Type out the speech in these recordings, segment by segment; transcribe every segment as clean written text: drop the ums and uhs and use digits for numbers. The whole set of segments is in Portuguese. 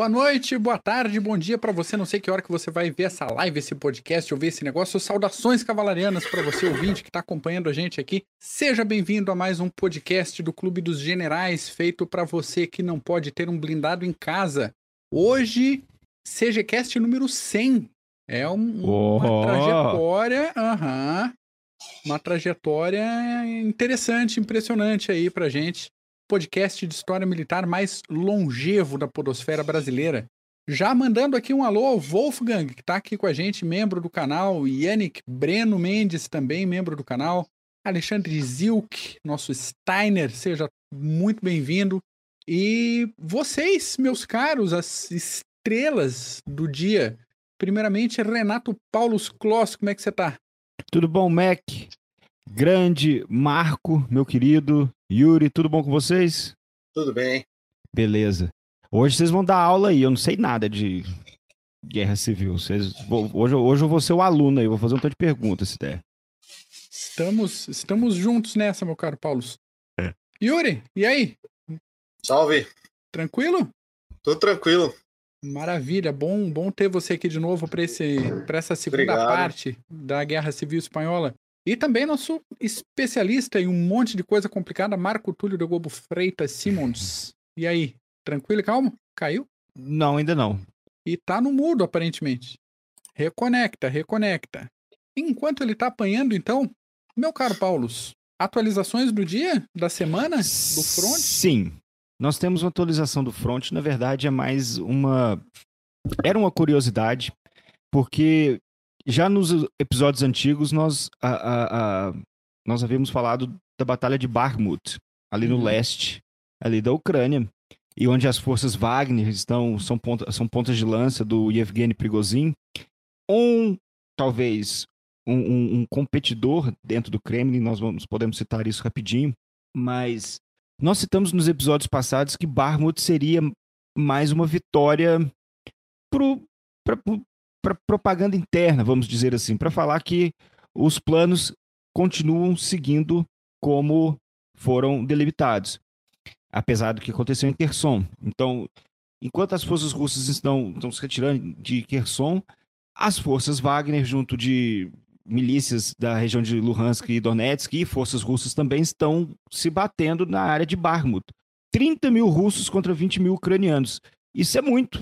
Boa noite, boa tarde, bom dia pra você. Não sei que hora que você vai ver essa live, esse podcast, ouvir esse negócio. Saudações cavalarianas pra você, ouvinte, que tá acompanhando a gente aqui. Seja bem-vindo a mais um podcast do Clube dos Generais, feito pra você que não pode ter um blindado em casa. Hoje, CGCast número 100. É uma trajetória, uma trajetória interessante, impressionante aí pra gente. Podcast de história militar mais longevo da podosfera brasileira. Já mandando aqui um alô ao Wolfgang, que está aqui com a gente, membro do canal, Yannick Breno Mendes, também membro do canal, Alexandre Zilk, nosso Steiner, seja muito bem-vindo. E vocês, meus caros, as estrelas do dia. Primeiramente, Renato Paulus Kloss, como é que você tá? Tudo bom, Mac? Grande Marco, meu querido Yuri, tudo bom com vocês? Tudo bem. Beleza. Hoje vocês vão dar aula aí, eu não sei nada de guerra civil. Hoje eu vou ser o aluno aí, vou fazer um tanto de perguntas, se der. Estamos juntos nessa, meu caro Paulus. Yuri, e aí? Salve. Tranquilo? Tudo tranquilo. Maravilha, bom ter você aqui de novo para essa segunda parte da Guerra Civil Espanhola. E também nosso especialista em um monte de coisa complicada, Marco Túlio de Gobo Freitas Simons. E aí, tranquilo e calmo? Caiu? Não, ainda não. E tá no mudo, aparentemente. Reconecta. Enquanto ele tá apanhando, então, meu caro Paulus, atualizações do dia, da semana, do front? Sim, nós temos uma atualização do front, na verdade é mais uma... Era uma curiosidade, porque... Já nos episódios antigos, nós havíamos falado da Batalha de Bakhmut, ali no leste, ali da Ucrânia, e onde as forças Wagner são pontas de lança do Yevgeny Prigozhin, talvez um competidor dentro do Kremlin, nós podemos citar isso rapidinho, mas nós citamos nos episódios passados que Bakhmut seria mais uma vitória para propaganda interna, vamos dizer assim, para falar que os planos continuam seguindo como foram delimitados, apesar do que aconteceu em Kherson. Então, enquanto as forças russas estão se retirando de Kherson, as forças Wagner, junto de milícias da região de Luhansk e Donetsk, e forças russas também estão se batendo na área de Bakhmut. 30 mil russos contra 20 mil ucranianos. Isso é muito.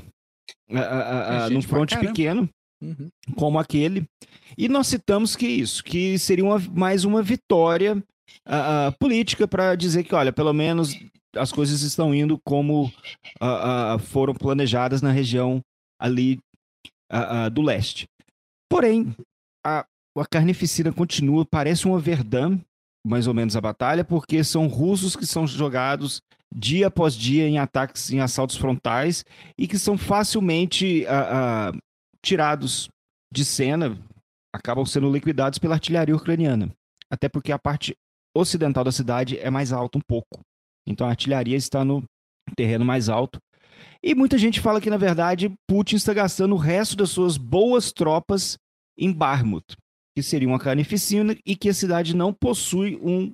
Num fronte pequeno, como aquele. E nós citamos que seria mais uma vitória política para dizer que, olha, pelo menos as coisas estão indo como foram planejadas na região ali do leste. Porém, a carnificina continua, parece uma Verdun, mais ou menos a batalha, porque são russos que são jogados dia após dia em ataques, em assaltos frontais, e que são facilmente tirados de cena, acabam sendo liquidados pela artilharia ucraniana. Até porque a parte ocidental da cidade é mais alta um pouco. Então a artilharia está no terreno mais alto. E muita gente fala que, na verdade, Putin está gastando o resto das suas boas tropas em Bakhmut, que seria uma carnificina, e que a cidade não possui um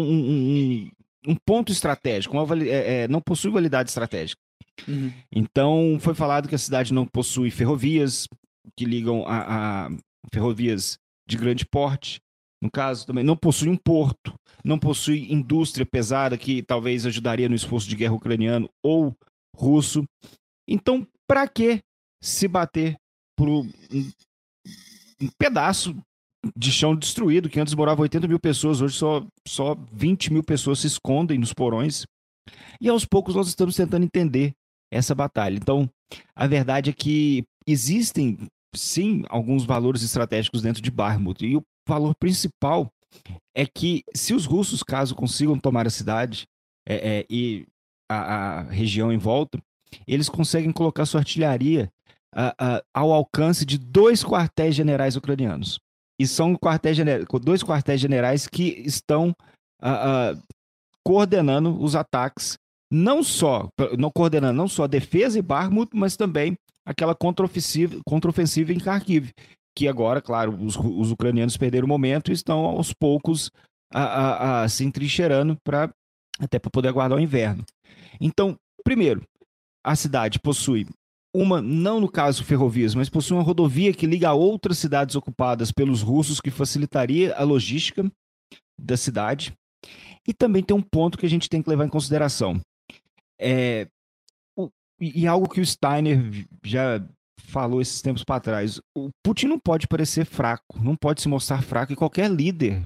ponto estratégico, não possui validade estratégica. Então, foi falado que a cidade não possui ferrovias que ligam a ferrovias de grande porte. No caso, também não possui um porto, não possui indústria pesada que talvez ajudaria no esforço de guerra ucraniano ou russo. Então, para que se bater por um pedaço de chão destruído, que antes moravam 80 mil pessoas, hoje só 20 mil pessoas se escondem nos porões. E aos poucos nós estamos tentando entender essa batalha. Então, a verdade é que existem, sim, alguns valores estratégicos dentro de Bakhmut. E o valor principal é que, se os russos, caso consigam tomar a cidade e a região em volta, eles conseguem colocar sua artilharia ao alcance de 2 quartéis generais ucranianos. E são dois quartéis generais que estão coordenando os ataques, não só a defesa em Bakhmut, mas também aquela contraofensiva em Kharkiv, que agora, claro, os ucranianos perderam o momento e estão aos poucos se entrincheirando até para poder aguardar o inverno. Então, primeiro, a cidade possui não no caso ferrovias, mas possui uma rodovia que liga a outras cidades ocupadas pelos russos, que facilitaria a logística da cidade. E também tem um ponto que a gente tem que levar em consideração. E algo que o Steiner já falou esses tempos para trás. O Putin não pode parecer fraco, não pode se mostrar fraco, e qualquer líder,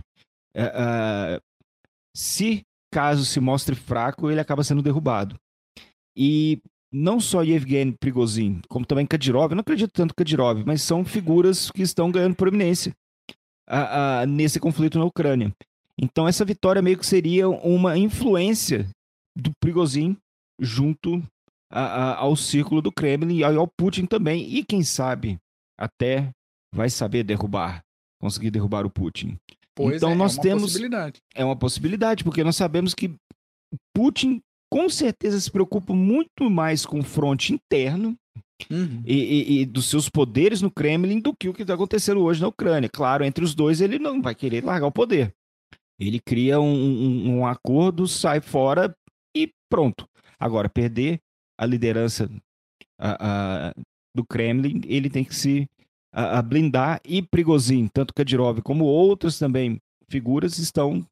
se caso se mostre fraco, ele acaba sendo derrubado. E não só Yevgeny Prigozhin, como também Kadyrov, eu não acredito tanto em Kadyrov, mas são figuras que estão ganhando proeminência nesse conflito na Ucrânia. Então essa vitória meio que seria uma influência do Prigozhin junto ao círculo do Kremlin e ao Putin também. E quem sabe até vai saber conseguir derrubar o Putin. Pois então nós temos possibilidade. É uma possibilidade, porque nós sabemos que Putin com certeza se preocupa muito mais com o fronte interno e dos seus poderes no Kremlin do que o que está acontecendo hoje na Ucrânia. Claro, entre os dois ele não vai querer largar o poder. Ele cria um acordo, sai fora e pronto. Agora, perder a liderança do Kremlin, ele tem que se blindar, e Prigozhin, tanto Kadyrov como outras também figuras estão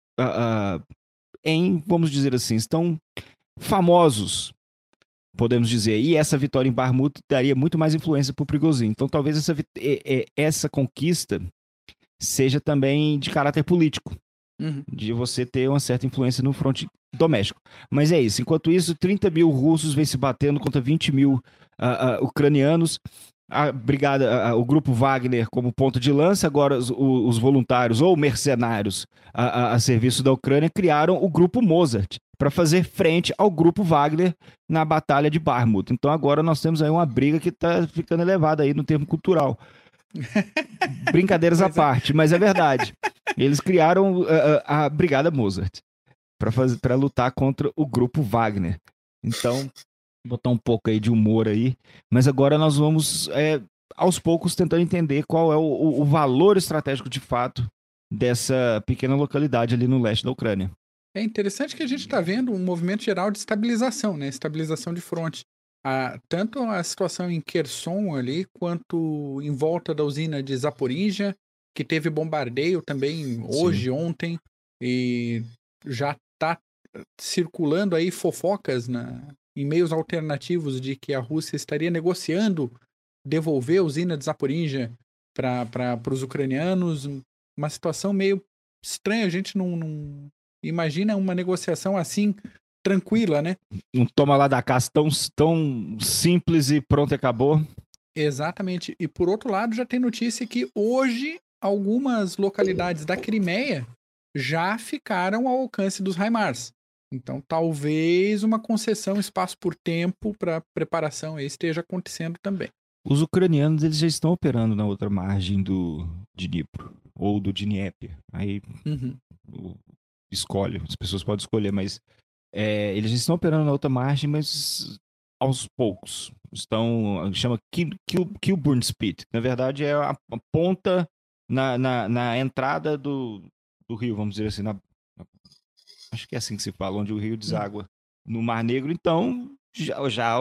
vamos dizer assim, estão famosos, podemos dizer, e essa vitória em Bakhmut daria muito mais influência para o Prigozhin. Então talvez essa conquista seja também de caráter político, de você ter uma certa influência no fronte doméstico. Mas é isso. Enquanto isso, 30 mil russos vêm se batendo contra 20 mil ucranianos. A brigada, o grupo Wagner como ponto de lança, agora os voluntários ou mercenários a serviço da Ucrânia criaram o grupo Mozart para fazer frente ao grupo Wagner na batalha de Bakhmut. Então agora nós temos aí uma briga que está ficando elevada aí no termo cultural. Brincadeiras à parte, mas é verdade. Eles criaram a Brigada Mozart para lutar contra o grupo Wagner. Então, botar um pouco aí de humor aí. Mas agora nós vamos, aos poucos, tentando entender qual é o valor estratégico de fato dessa pequena localidade ali no leste da Ucrânia. É interessante que a gente está vendo um movimento geral de estabilização, né? Estabilização de fronte. Tanto a situação em Kherson ali, quanto em volta da usina de Zaporizhia, que teve bombardeio também hoje, ontem, e já está circulando aí fofocas em meios alternativos de que a Rússia estaria negociando devolver a usina de Zaporizhia para os ucranianos. Uma situação meio estranha, a gente não imagina uma negociação assim tranquila, né? Um toma lá da casa tão simples e pronto, acabou. Exatamente. E por outro lado, já tem notícia que hoje algumas localidades da Crimeia já ficaram ao alcance dos HIMARS. Então talvez uma concessão espaço por tempo para preparação aí esteja acontecendo também. Os ucranianos eles já estão operando na outra margem do Dnipro ou do Dnieper. Aí escolhe, as pessoas podem escolher, mas eles já estão operando na outra margem, mas aos poucos. Chama Kilburn Spit. Na verdade, é a ponta na entrada do rio, vamos dizer assim. Acho que é assim que se fala, onde o rio deságua no Mar Negro. Então, já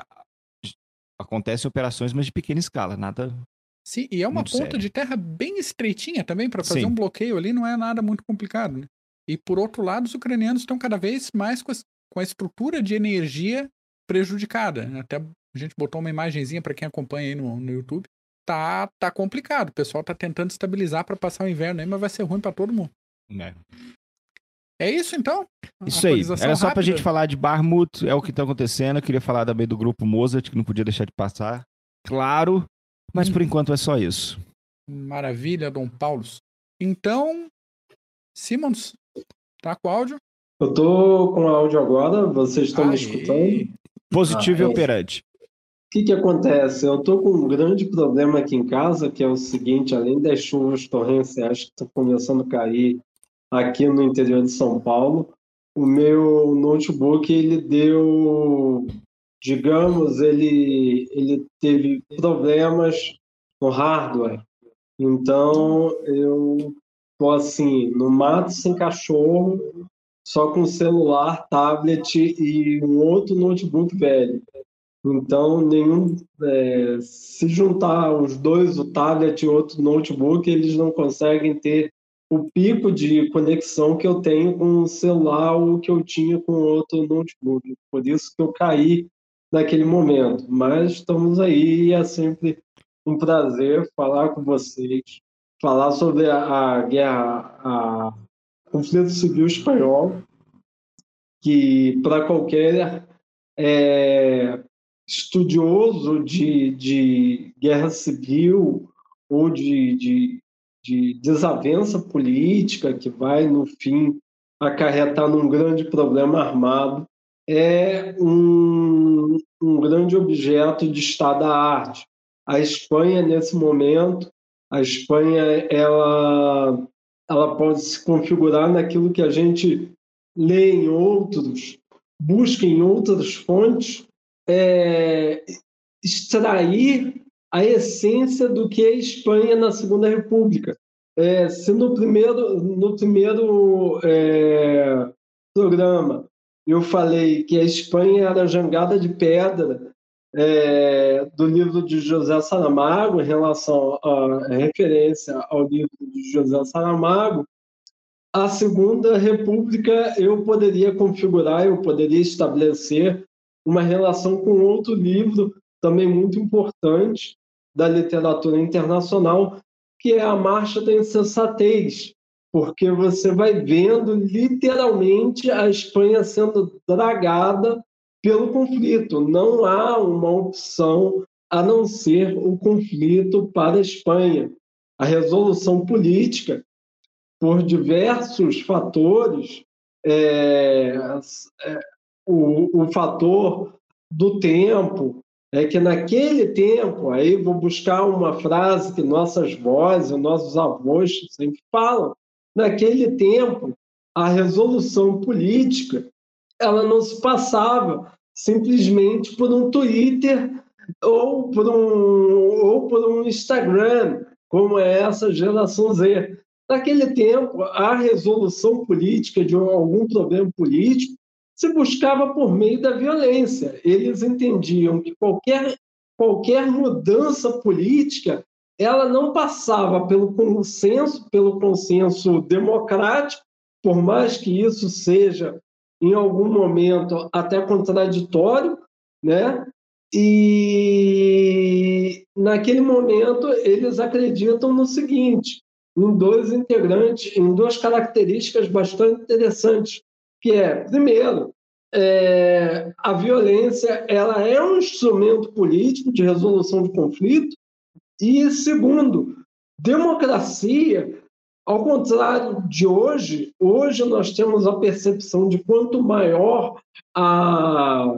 acontecem operações, mas de pequena escala, nada. Sim, e é uma ponta sério. De terra bem estreitinha também, para fazer um bloqueio ali, não é nada muito complicado, né? E por outro lado, os ucranianos estão cada vez mais com a estrutura de energia prejudicada. Até a gente botou uma imagenzinha para quem acompanha aí no YouTube. Tá complicado. O pessoal tá tentando estabilizar para passar o inverno aí, mas vai ser ruim para todo mundo. É isso então? Isso aí. Era só pra gente falar de Bakhmut, é o que tá acontecendo. Eu queria falar também do grupo Mozart, que não podia deixar de passar. Claro, mas por enquanto é só isso. Maravilha, Dom Paulo. Então, Simons, tá com o áudio? Eu tô com o áudio agora, vocês estão me escutando? Positivo e operante. O que acontece? Eu tô com um grande problema aqui em casa, que é o seguinte, além das chuvas torrenciais que estão começando a cair aqui no interior de São Paulo, o meu notebook, ele deu, digamos, ele teve problemas no hardware. Então, eu tô assim, no mato sem cachorro, só com celular, tablet e um outro notebook velho. Então, se juntar os dois, o tablet e outro notebook, eles não conseguem ter o pico de conexão que eu tenho com o celular ou que eu tinha com outro notebook. Por isso que eu caí naquele momento. Mas estamos aí e é sempre um prazer falar com vocês, falar sobre a guerra, o conflito civil espanhol, que para qualquer estudioso de guerra civil ou de desavença política que vai, no fim, acarretar num grande problema armado, é um grande objeto de estado da arte. A Espanha, nesse momento, a Espanha ela pode se configurar naquilo que a gente lê em outros, busca em outras fontes, extrair a essência do que é a Espanha na Segunda República. Se no primeiro programa eu falei que a Espanha era a jangada de pedra do livro de José Saramago, em relação à referência ao livro de José Saramago, a Segunda República eu poderia configurar, eu poderia estabelecer uma relação com outro livro também muito importante da literatura internacional, que é A Marcha da Insensatez, porque você vai vendo literalmente a Espanha sendo dragada pelo conflito. Não há uma opção a não ser o conflito para a Espanha. A resolução política, por diversos fatores, o fator do tempo, é que naquele tempo, aí vou buscar uma frase que nossas vozes, nossos avós sempre falam, naquele tempo, a resolução política ela não se passava simplesmente por um Twitter ou por um Instagram, como é essa geração Z. Naquele tempo, a resolução política de algum problema político se buscava por meio da violência. Eles entendiam que qualquer mudança política ela não passava pelo consenso democrático, por mais que isso seja, em algum momento, até contraditório, né? E, naquele momento, eles acreditam no seguinte, em dois integrantes, em duas características bastante interessantes, que primeiro, a violência ela é um instrumento político de resolução de conflito, e, segundo, democracia, ao contrário de hoje nós temos a percepção de quanto maior a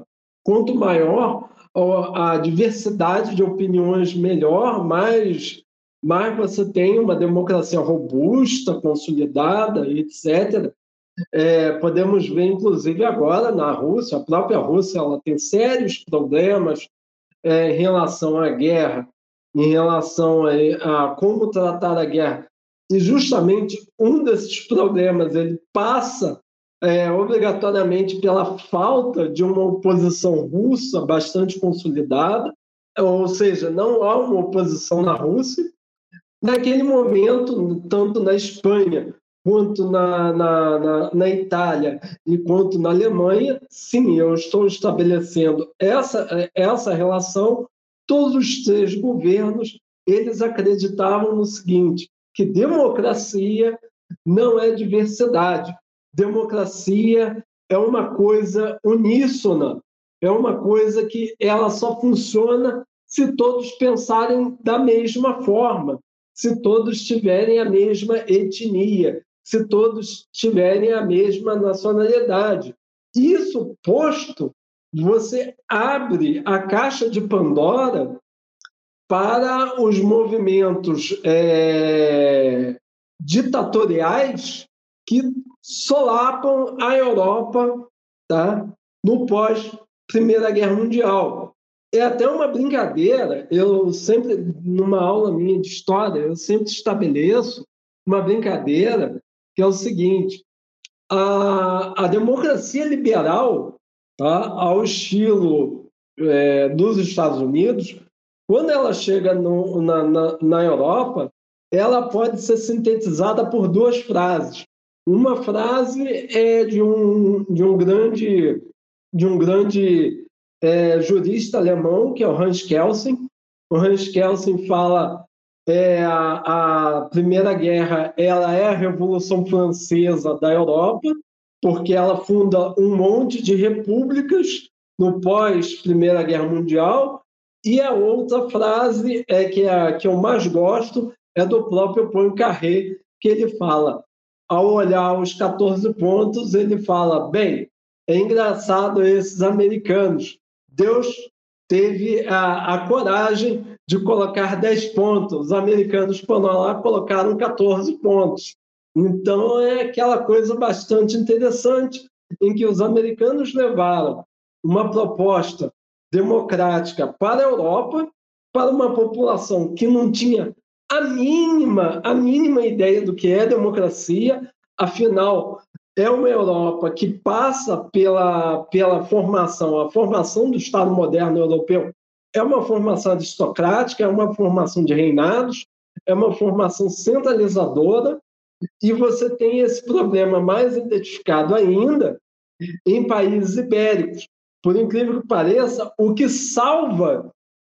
diversidade de opiniões, melhor, mais você tem uma democracia robusta, consolidada, etc. Podemos ver, inclusive, agora na Rússia, a própria Rússia ela tem sérios problemas em relação à guerra, em relação a como tratar a guerra. E justamente um desses problemas ele passa obrigatoriamente pela falta de uma oposição russa bastante consolidada, ou seja, não há uma oposição na Rússia. Naquele momento, tanto na Espanha quanto na Itália e quanto na Alemanha, sim, eu estou estabelecendo essa relação. Todos os três governos eles acreditavam no seguinte, que democracia não é diversidade. Democracia é uma coisa uníssona, é uma coisa que ela só funciona se todos pensarem da mesma forma, se todos tiverem a mesma etnia, se todos tiverem a mesma nacionalidade. Isso posto, você abre a caixa de Pandora para os movimentos ditatoriais que solapam a Europa, tá? No pós-Primeira Guerra Mundial. É até uma brincadeira, eu sempre, numa aula minha de história, eu sempre estabeleço uma brincadeira que é o seguinte, a democracia liberal, tá? Ao estilo dos Estados Unidos, quando ela chega na Europa, ela pode ser sintetizada por duas frases. Uma frase é de um grande jurista alemão, que é o Hans Kelsen. O Hans Kelsen fala a Primeira Guerra ela é a Revolução Francesa da Europa, porque ela funda um monte de repúblicas no pós-Primeira Guerra Mundial. E a outra frase que eu mais gosto é do próprio Poincaré, que ele fala, ao olhar os 14 pontos, ele fala, bem, é engraçado esses americanos, Deus teve a coragem de colocar 10 pontos, os americanos foram lá colocaram 14 pontos. Então é aquela coisa bastante interessante em que os americanos levaram uma proposta democrática para a Europa, para uma população que não tinha a mínima ideia do que é democracia, afinal, é uma Europa que passa pela formação, a formação do Estado moderno europeu é uma formação aristocrática, é uma formação de reinados, é uma formação centralizadora, e você tem esse problema mais identificado ainda em países ibéricos. Por incrível que pareça, o que salva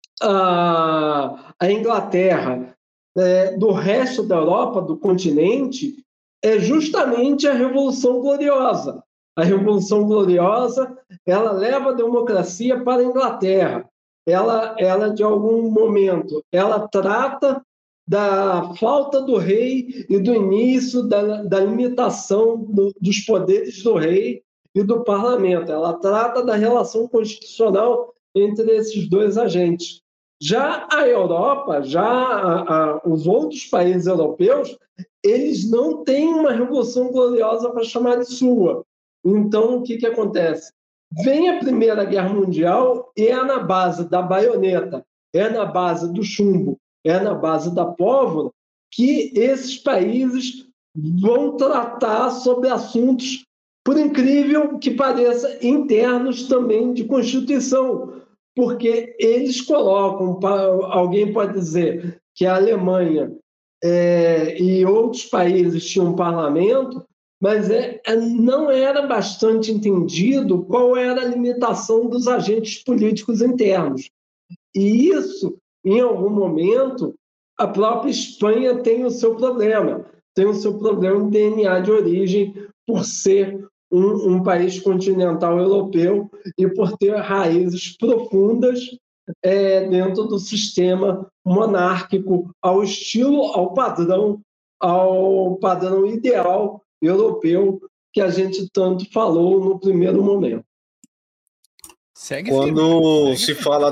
a Inglaterra do resto da Europa, do continente, é justamente a Revolução Gloriosa. A Revolução Gloriosa, ela leva a democracia para a Inglaterra. Ela de algum momento, ela trata da falta do rei e do início da limitação dos poderes do rei e do parlamento. Ela trata da relação constitucional entre esses dois agentes. Já a Europa, os outros países europeus, eles não têm uma revolução gloriosa para chamar de sua. Então, o que acontece? Vem a Primeira Guerra Mundial e é na base da baioneta, é na base do chumbo, é na base da pólvora que esses países vão tratar sobre assuntos, por incrível que pareça, internos também de Constituição, porque eles colocam, alguém pode dizer que a Alemanha e outros países tinham um parlamento, mas não era bastante entendido qual era a limitação dos agentes políticos internos. E isso, em algum momento, a própria Espanha tem o seu problema de DNA de origem, por ser um país continental europeu e por ter raízes profundas dentro do sistema monárquico, ao padrão ideal europeu que a gente tanto falou no primeiro momento. Quando se fala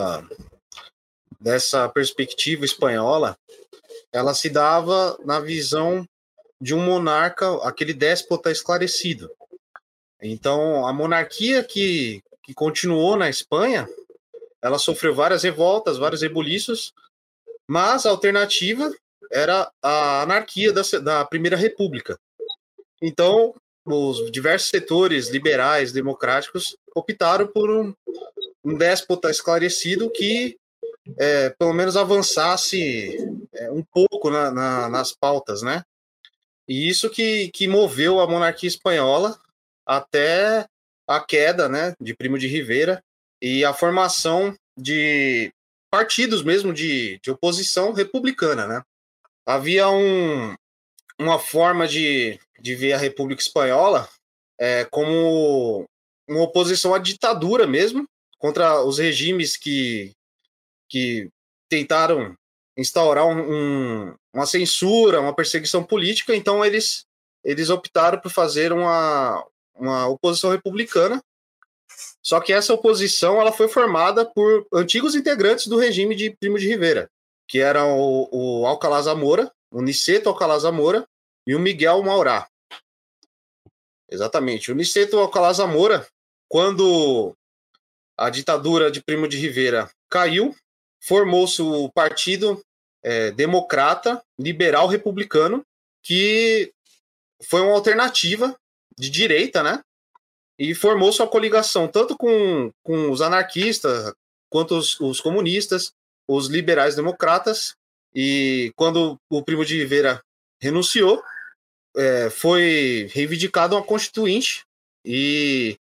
dessa perspectiva espanhola, ela se dava na visão de um monarca, aquele déspota esclarecido. Então, a monarquia que continuou na Espanha, ela sofreu várias revoltas, vários rebuliços, mas a alternativa era a anarquia da Primeira República. Então, os diversos setores liberais, democráticos, optaram por um déspota esclarecido que, pelo menos, avançasse um pouco nas pautas, né? E isso que moveu a monarquia espanhola até a queda, né, de Primo de Rivera e a formação de partidos mesmo de oposição republicana, né? Havia uma forma de ver a República Espanhola como uma oposição à ditadura mesmo, contra os regimes que tentaram instaurar uma censura, uma perseguição política. Então eles optaram por fazer uma oposição republicana. Só que essa oposição ela foi formada por antigos integrantes do regime de Primo de Rivera, que eram o Alcalá Zamora, o Niceto Alcalá Zamora e o Miguel Maurá. Exatamente. O Niceto Alcalá Zamora, quando a ditadura de Primo de Rivera caiu, formou-se o Partido Democrata Liberal Republicano, que foi uma alternativa de direita, né? e formou sua coligação tanto com os anarquistas, quanto os comunistas, os liberais democratas, e quando o Primo de Rivera renunciou, foi reivindicada uma constituinte, e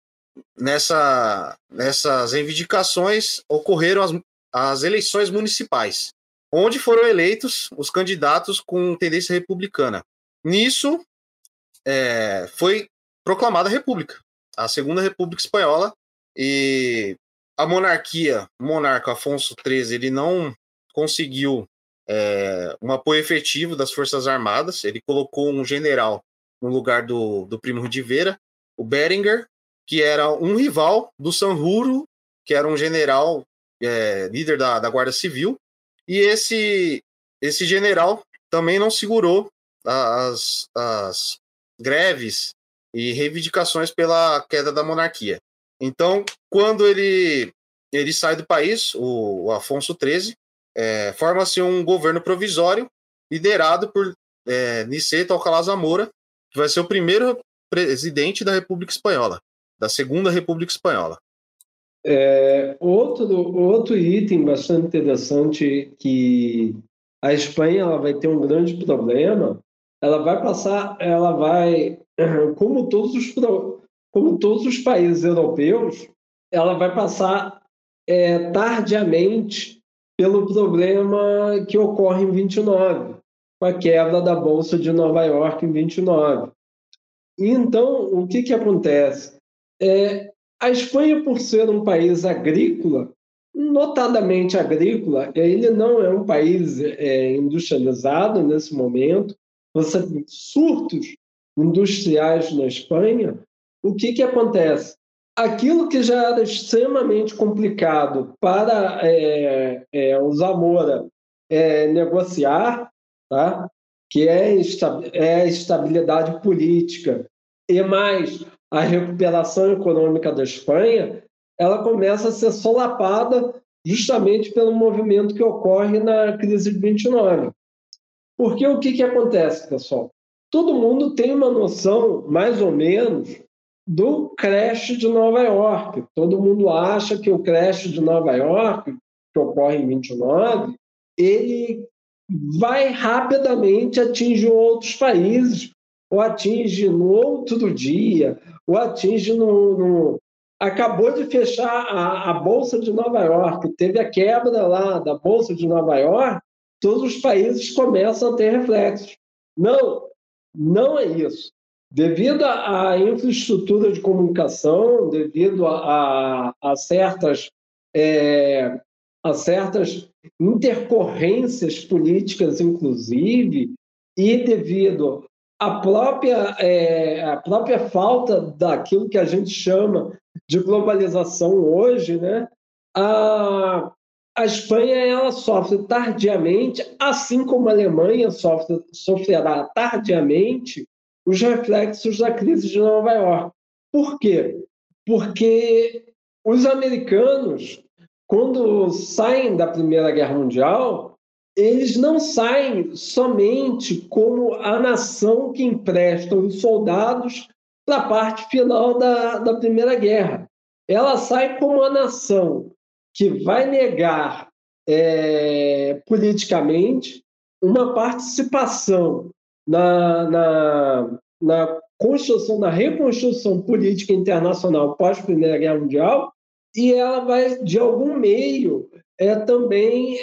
nessas reivindicações ocorreram as eleições municipais, onde foram eleitos os candidatos com tendência republicana. Nisso, foi proclamada a República, a Segunda República Espanhola, e a monarquia, o monarca Afonso XIII, ele não conseguiu um apoio efetivo das Forças Armadas. Ele colocou um general no lugar do Primo de Rivera, o Berenguer, que era um rival do Sanjurjo, que era um general líder da Guarda Civil, e esse general também não segurou as greves e reivindicações pela queda da monarquia. Então, quando ele sai do país, o Afonso XIII, forma-se um governo provisório liderado por Niceto Alcalá Zamora, que vai ser o primeiro presidente da República Espanhola, da Segunda República Espanhola. Outro item bastante interessante, que a Espanha ela vai ter um grande problema. Ela vai, como todos os países europeus, ela vai passar tardiamente pelo problema que ocorre em 29, com a quebra da Bolsa de Nova York em 29. Então, o que acontece? A Espanha, por ser um país agrícola, notadamente agrícola, ele não é um país industrializado nesse momento. Você tem surtos industriais na Espanha. O que acontece? Aquilo que já era extremamente complicado para o Zamora negociar, tá? Que é a estabilidade política e mais a recuperação econômica da Espanha, ela começa a ser solapada justamente pelo movimento que ocorre na crise de 29. Porque o que acontece, pessoal? Todo mundo tem uma noção, mais ou menos, do crash de Nova York. Todo mundo acha que o crash de Nova York, que ocorre em 29, ele vai rapidamente atingir outros países, ou atinge no outro dia, ou atinge Acabou de fechar a Bolsa de Nova York, teve a quebra lá da Bolsa de Nova York, todos os países começam a ter reflexos. Não é isso. Devido à infraestrutura de comunicação, devido a certas intercorrências políticas, inclusive, e devido à própria falta daquilo que a gente chama de globalização hoje, né? A Espanha ela sofre tardiamente, assim como a Alemanha sofrerá tardiamente, os reflexos da crise de Nova York. Por quê? Porque os americanos, quando saem da Primeira Guerra Mundial, eles não saem somente como a nação que empresta os soldados para a parte final da Primeira Guerra. Ela sai como a nação que vai negar politicamente uma participação na construção, na reconstrução política internacional pós-Primeira Guerra Mundial, e ela vai, de algum meio, também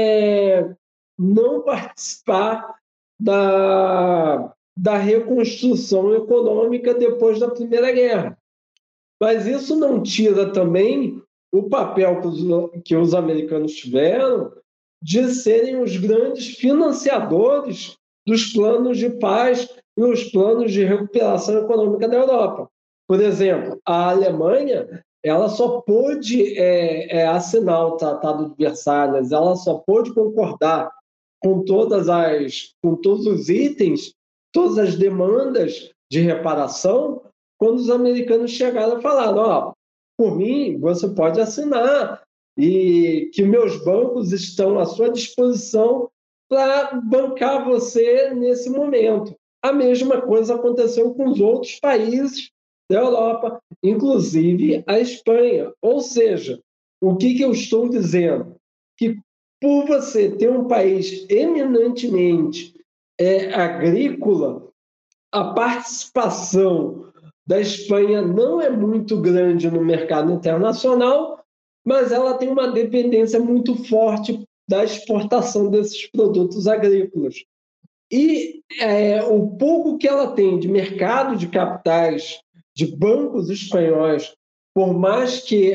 não participar da reconstrução econômica depois da Primeira Guerra. Mas isso não tira também o papel que os americanos tiveram de serem os grandes financiadores dos planos de paz e os planos de recuperação econômica da Europa. Por exemplo, a Alemanha ela só pôde assinar o Tratado de Versalhes, ela só pôde concordar com todos os itens, todas as demandas de reparação, quando os americanos chegaram e falaram: por mim, você pode assinar, e que meus bancos estão à sua disposição para bancar você nesse momento. A mesma coisa aconteceu com os outros países da Europa, inclusive a Espanha. Ou seja, o que eu estou dizendo? Que por você ter um país eminentemente agrícola, a participação da Espanha não é muito grande no mercado internacional, mas ela tem uma dependência muito forte da exportação desses produtos agrícolas. E o pouco que ela tem de mercado de capitais, de bancos espanhóis, por mais que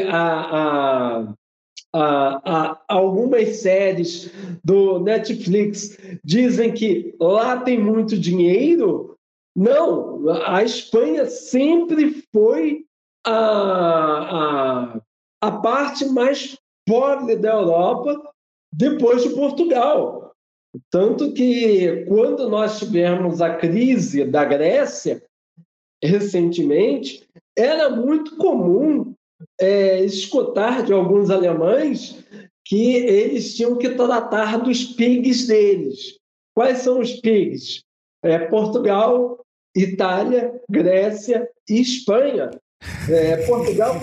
algumas séries do Netflix dizem que lá tem muito dinheiro, não, a Espanha sempre foi a parte mais pobre da Europa depois de Portugal. Tanto que, quando nós tivemos a crise da Grécia, recentemente, era muito comum escutar de alguns alemães que eles tinham que tratar dos PIGs deles. Quais são os PIGs? Portugal, Itália, Grécia e Espanha. Portugal,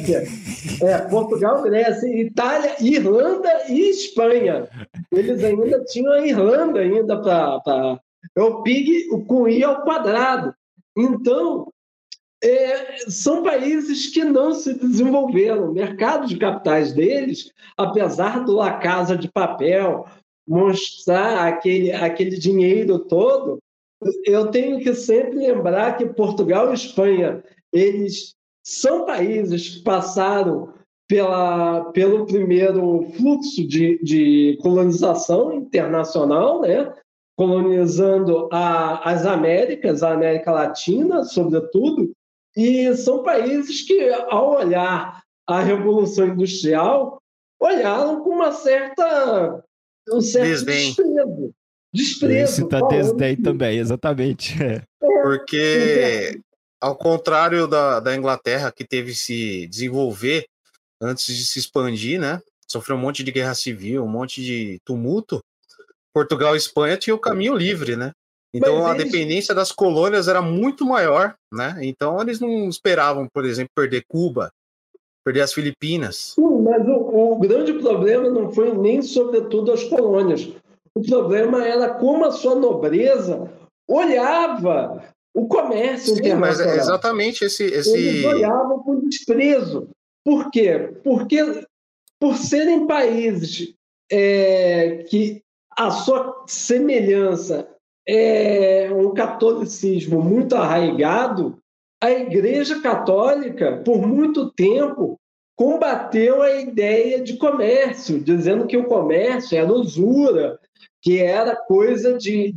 Grécia, Itália, Irlanda e Espanha. Eles ainda tinham a Irlanda ainda para o PIG com I ao quadrado. Então, são países que não se desenvolveram. O mercado de capitais deles, apesar do La Casa de Papel mostrar aquele dinheiro todo, eu tenho que sempre lembrar que Portugal e Espanha, eles são países que passaram pelo primeiro fluxo de colonização internacional, né? Colonizando as Américas, a América Latina, sobretudo, e são países que, ao olhar a Revolução Industrial, olharam com um certo desprezo. Esse tá desdém também, exatamente. Porque, ao contrário da Inglaterra, que teve que se desenvolver antes de se expandir, né? Sofreu um monte de guerra civil, um monte de tumulto. Portugal e Espanha tinham o caminho livre, né? Então a dependência das colônias era muito maior, né? Então eles não esperavam, por exemplo, perder Cuba, perder as Filipinas. Mas o grande problema não foi nem, sobretudo, as colônias. O problema era como a sua nobreza olhava o comércio internacional. Mas é exatamente esse... Eles olhavam com desprezo. Por quê? Porque, por serem países que a sua semelhança é um catolicismo muito arraigado, a Igreja Católica, por muito tempo, combateu a ideia de comércio, dizendo que o comércio era usura, que era coisa de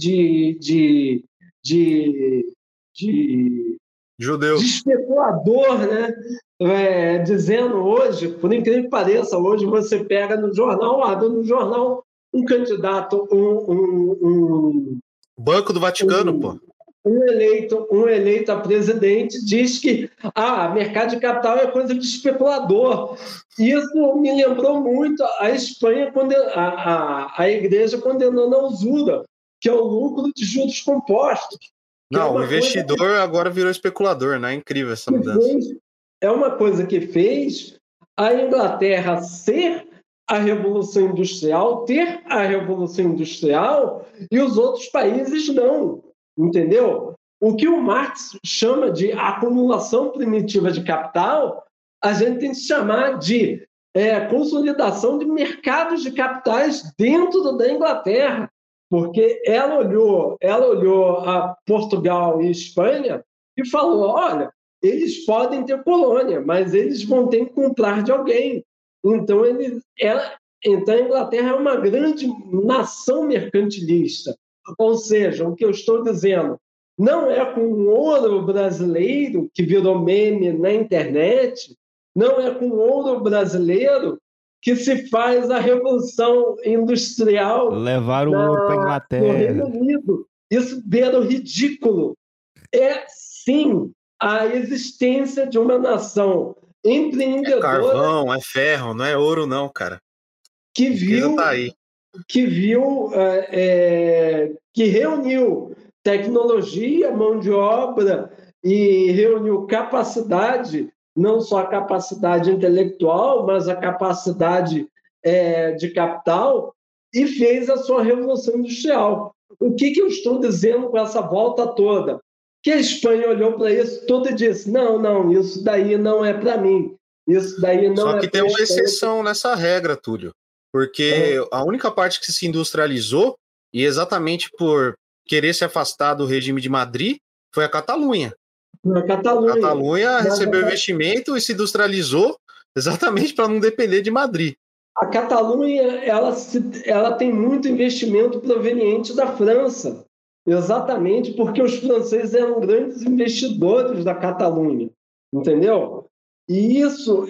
judeu, de especulador, né? Dizendo hoje, por incrível que pareça, hoje você pega no jornal um candidato, Banco do Vaticano, pô. Um eleito a presidente diz que mercado de capital é coisa de especulador. Isso me lembrou muito a Espanha, a igreja condenando a usura, que é o lucro de juros compostos. Não, o investidor agora virou especulador, né? É incrível essa mudança. É uma coisa que fez a Inglaterra ser a Revolução Industrial, ter a Revolução Industrial, e os outros países não. Entendeu? O que o Marx chama de acumulação primitiva de capital, a gente tem que chamar de consolidação de mercados de capitais dentro da Inglaterra, porque ela olhou a Portugal e Espanha e falou, olha, eles podem ter colônia, mas eles vão ter que comprar de alguém. Então, então a Inglaterra é uma grande nação mercantilista. Ou seja, o que eu estou dizendo, não é com o ouro brasileiro que virou meme na internet, não é com o ouro brasileiro que se faz a Revolução Industrial. Levar o ouro para a Inglaterra. No Reino Unido. Isso beira o ridículo. É, sim, a existência de uma nação empreendedora... É carvão, é ferro, não é ouro não, cara. Que reuniu tecnologia, mão de obra e reuniu capacidade, não só a capacidade intelectual, mas a capacidade de capital, e fez a sua revolução industrial. O que eu estou dizendo com essa volta toda? Que a Espanha olhou para isso tudo e disse, não, isso daí não é para mim. Isso daí não Só é que tem uma exceção nessa regra, Túlio, porque a única parte que se industrializou, e exatamente por querer se afastar do regime de Madrid, foi a Catalunha. A Catalunha recebeu investimento e se industrializou exatamente para não depender de Madrid. A Catalunha ela tem muito investimento proveniente da França, exatamente porque os franceses eram grandes investidores da Catalunha, entendeu? E isso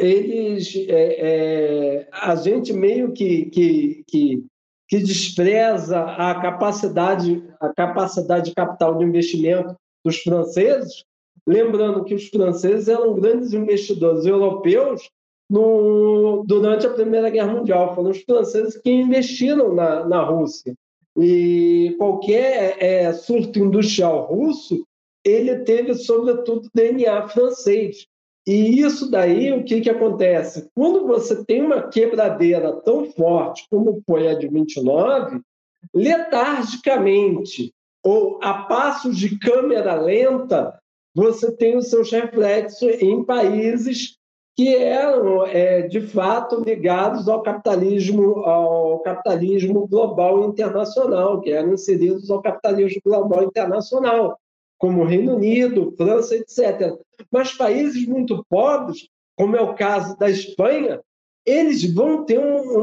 a gente meio que despreza a capacidade de capital de investimento dos franceses, lembrando que os franceses eram grandes investidores europeus durante a Primeira Guerra Mundial. Foram os franceses que investiram na Rússia. E qualquer surto industrial russo, ele teve, sobretudo, DNA francês. E isso daí, o que acontece? Quando você tem uma quebradeira tão forte como foi a de 29, letargicamente, ou a passos de câmera lenta, você tem os seus reflexos em países que eram, de fato, ligados ao capitalismo global internacional, que eram inseridos ao capitalismo global internacional, como o Reino Unido, França, etc. Mas países muito pobres, como é o caso da Espanha, eles vão ter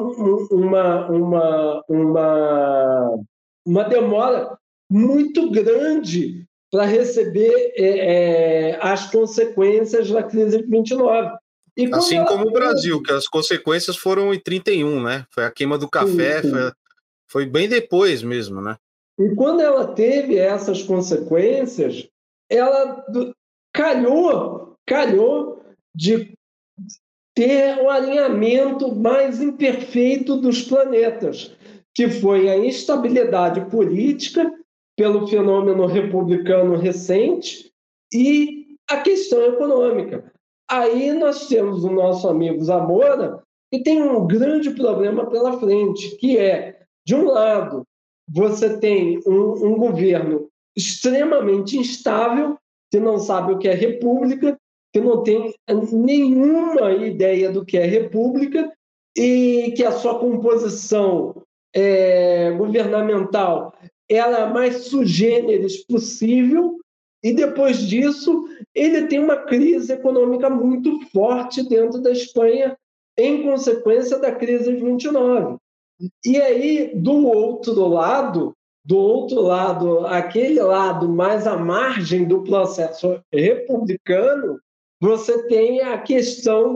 uma demora muito grande para receber as consequências da crise de 29. Assim como o Brasil, que as consequências foram em 31, né? Foi a queima do café, sim. Foi bem depois mesmo, né? E quando ela teve essas consequências, ela calhou de ter o alinhamento mais imperfeito dos planetas, que foi a instabilidade política pelo fenômeno republicano recente e a questão econômica. Aí nós temos o nosso amigo Zamora, que tem um grande problema pela frente, que é, de um lado, você tem um governo extremamente instável, que não sabe o que é república, que não tem nenhuma ideia do que é república e que a sua composição governamental ela é a mais sui generis possível, e depois disso ele tem uma crise econômica muito forte dentro da Espanha em consequência da crise de 29. E aí, do outro lado, aquele lado mais à margem do processo republicano, você tem a questão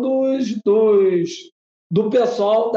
do pessoal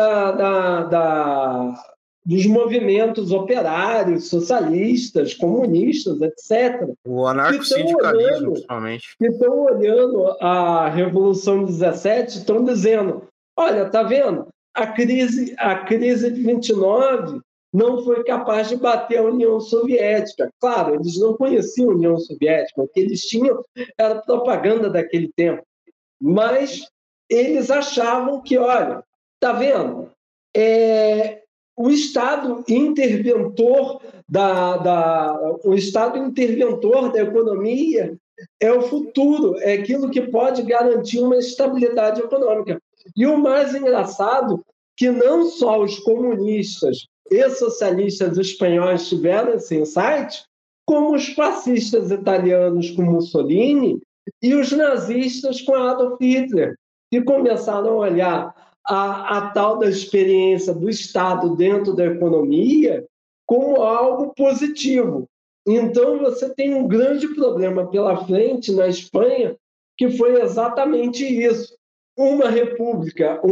dos movimentos operários, socialistas, comunistas, etc. O anarcossindicalismo, principalmente. Que estão olhando a Revolução de 17, estão dizendo, olha, tá vendo? A crise de 29 não foi capaz de bater a União Soviética. Claro, eles não conheciam a União Soviética, o que eles tinham era propaganda daquele tempo. Mas eles achavam que, olha, tá vendo? O Estado interventor o Estado interventor da economia é o futuro, é aquilo que pode garantir uma estabilidade econômica. E o mais engraçado que não só os comunistas e socialistas espanhóis tiveram esse insight, como os fascistas italianos com Mussolini e os nazistas com Adolf Hitler, que começaram a olhar a tal da experiência do Estado dentro da economia como algo positivo. Então, você tem um grande problema pela frente na Espanha, que foi exatamente isso. Uma república,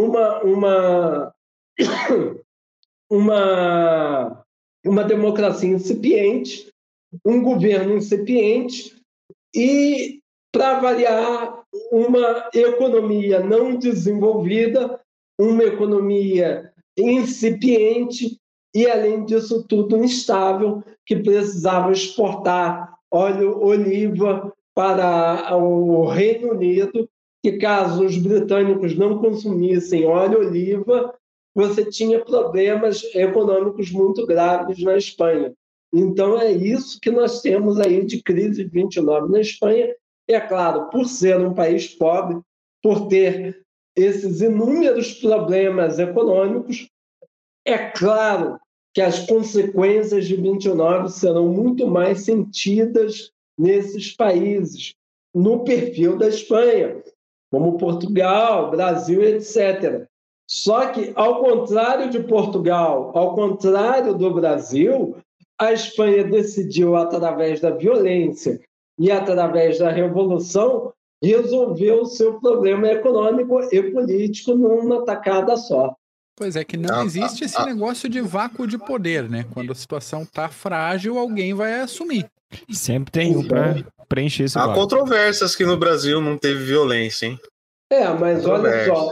uma democracia incipiente, um governo incipiente e, para variar, uma economia não desenvolvida, uma economia incipiente e, além disso tudo, instável, que precisava exportar óleo oliva para o Reino Unido, que caso os britânicos não consumissem óleo oliva, você tinha problemas econômicos muito graves na Espanha. Então, é isso que nós temos aí de crise de 29 na Espanha. É claro, por ser um país pobre, por ter esses inúmeros problemas econômicos, é claro que as consequências de 29 serão muito mais sentidas nesses países, no perfil da Espanha, como Portugal, Brasil, etc. Só que, ao contrário de Portugal, ao contrário do Brasil, a Espanha decidiu, através da violência e através da revolução, resolver o seu problema econômico e político numa tacada só. Pois é, que não existe esse negócio de vácuo de poder, né? Quando a situação tá frágil, alguém vai assumir. Sempre tem um para preencher esse Há vácuo. controvérsias que no Brasil não teve violência, hein? Mas olha só,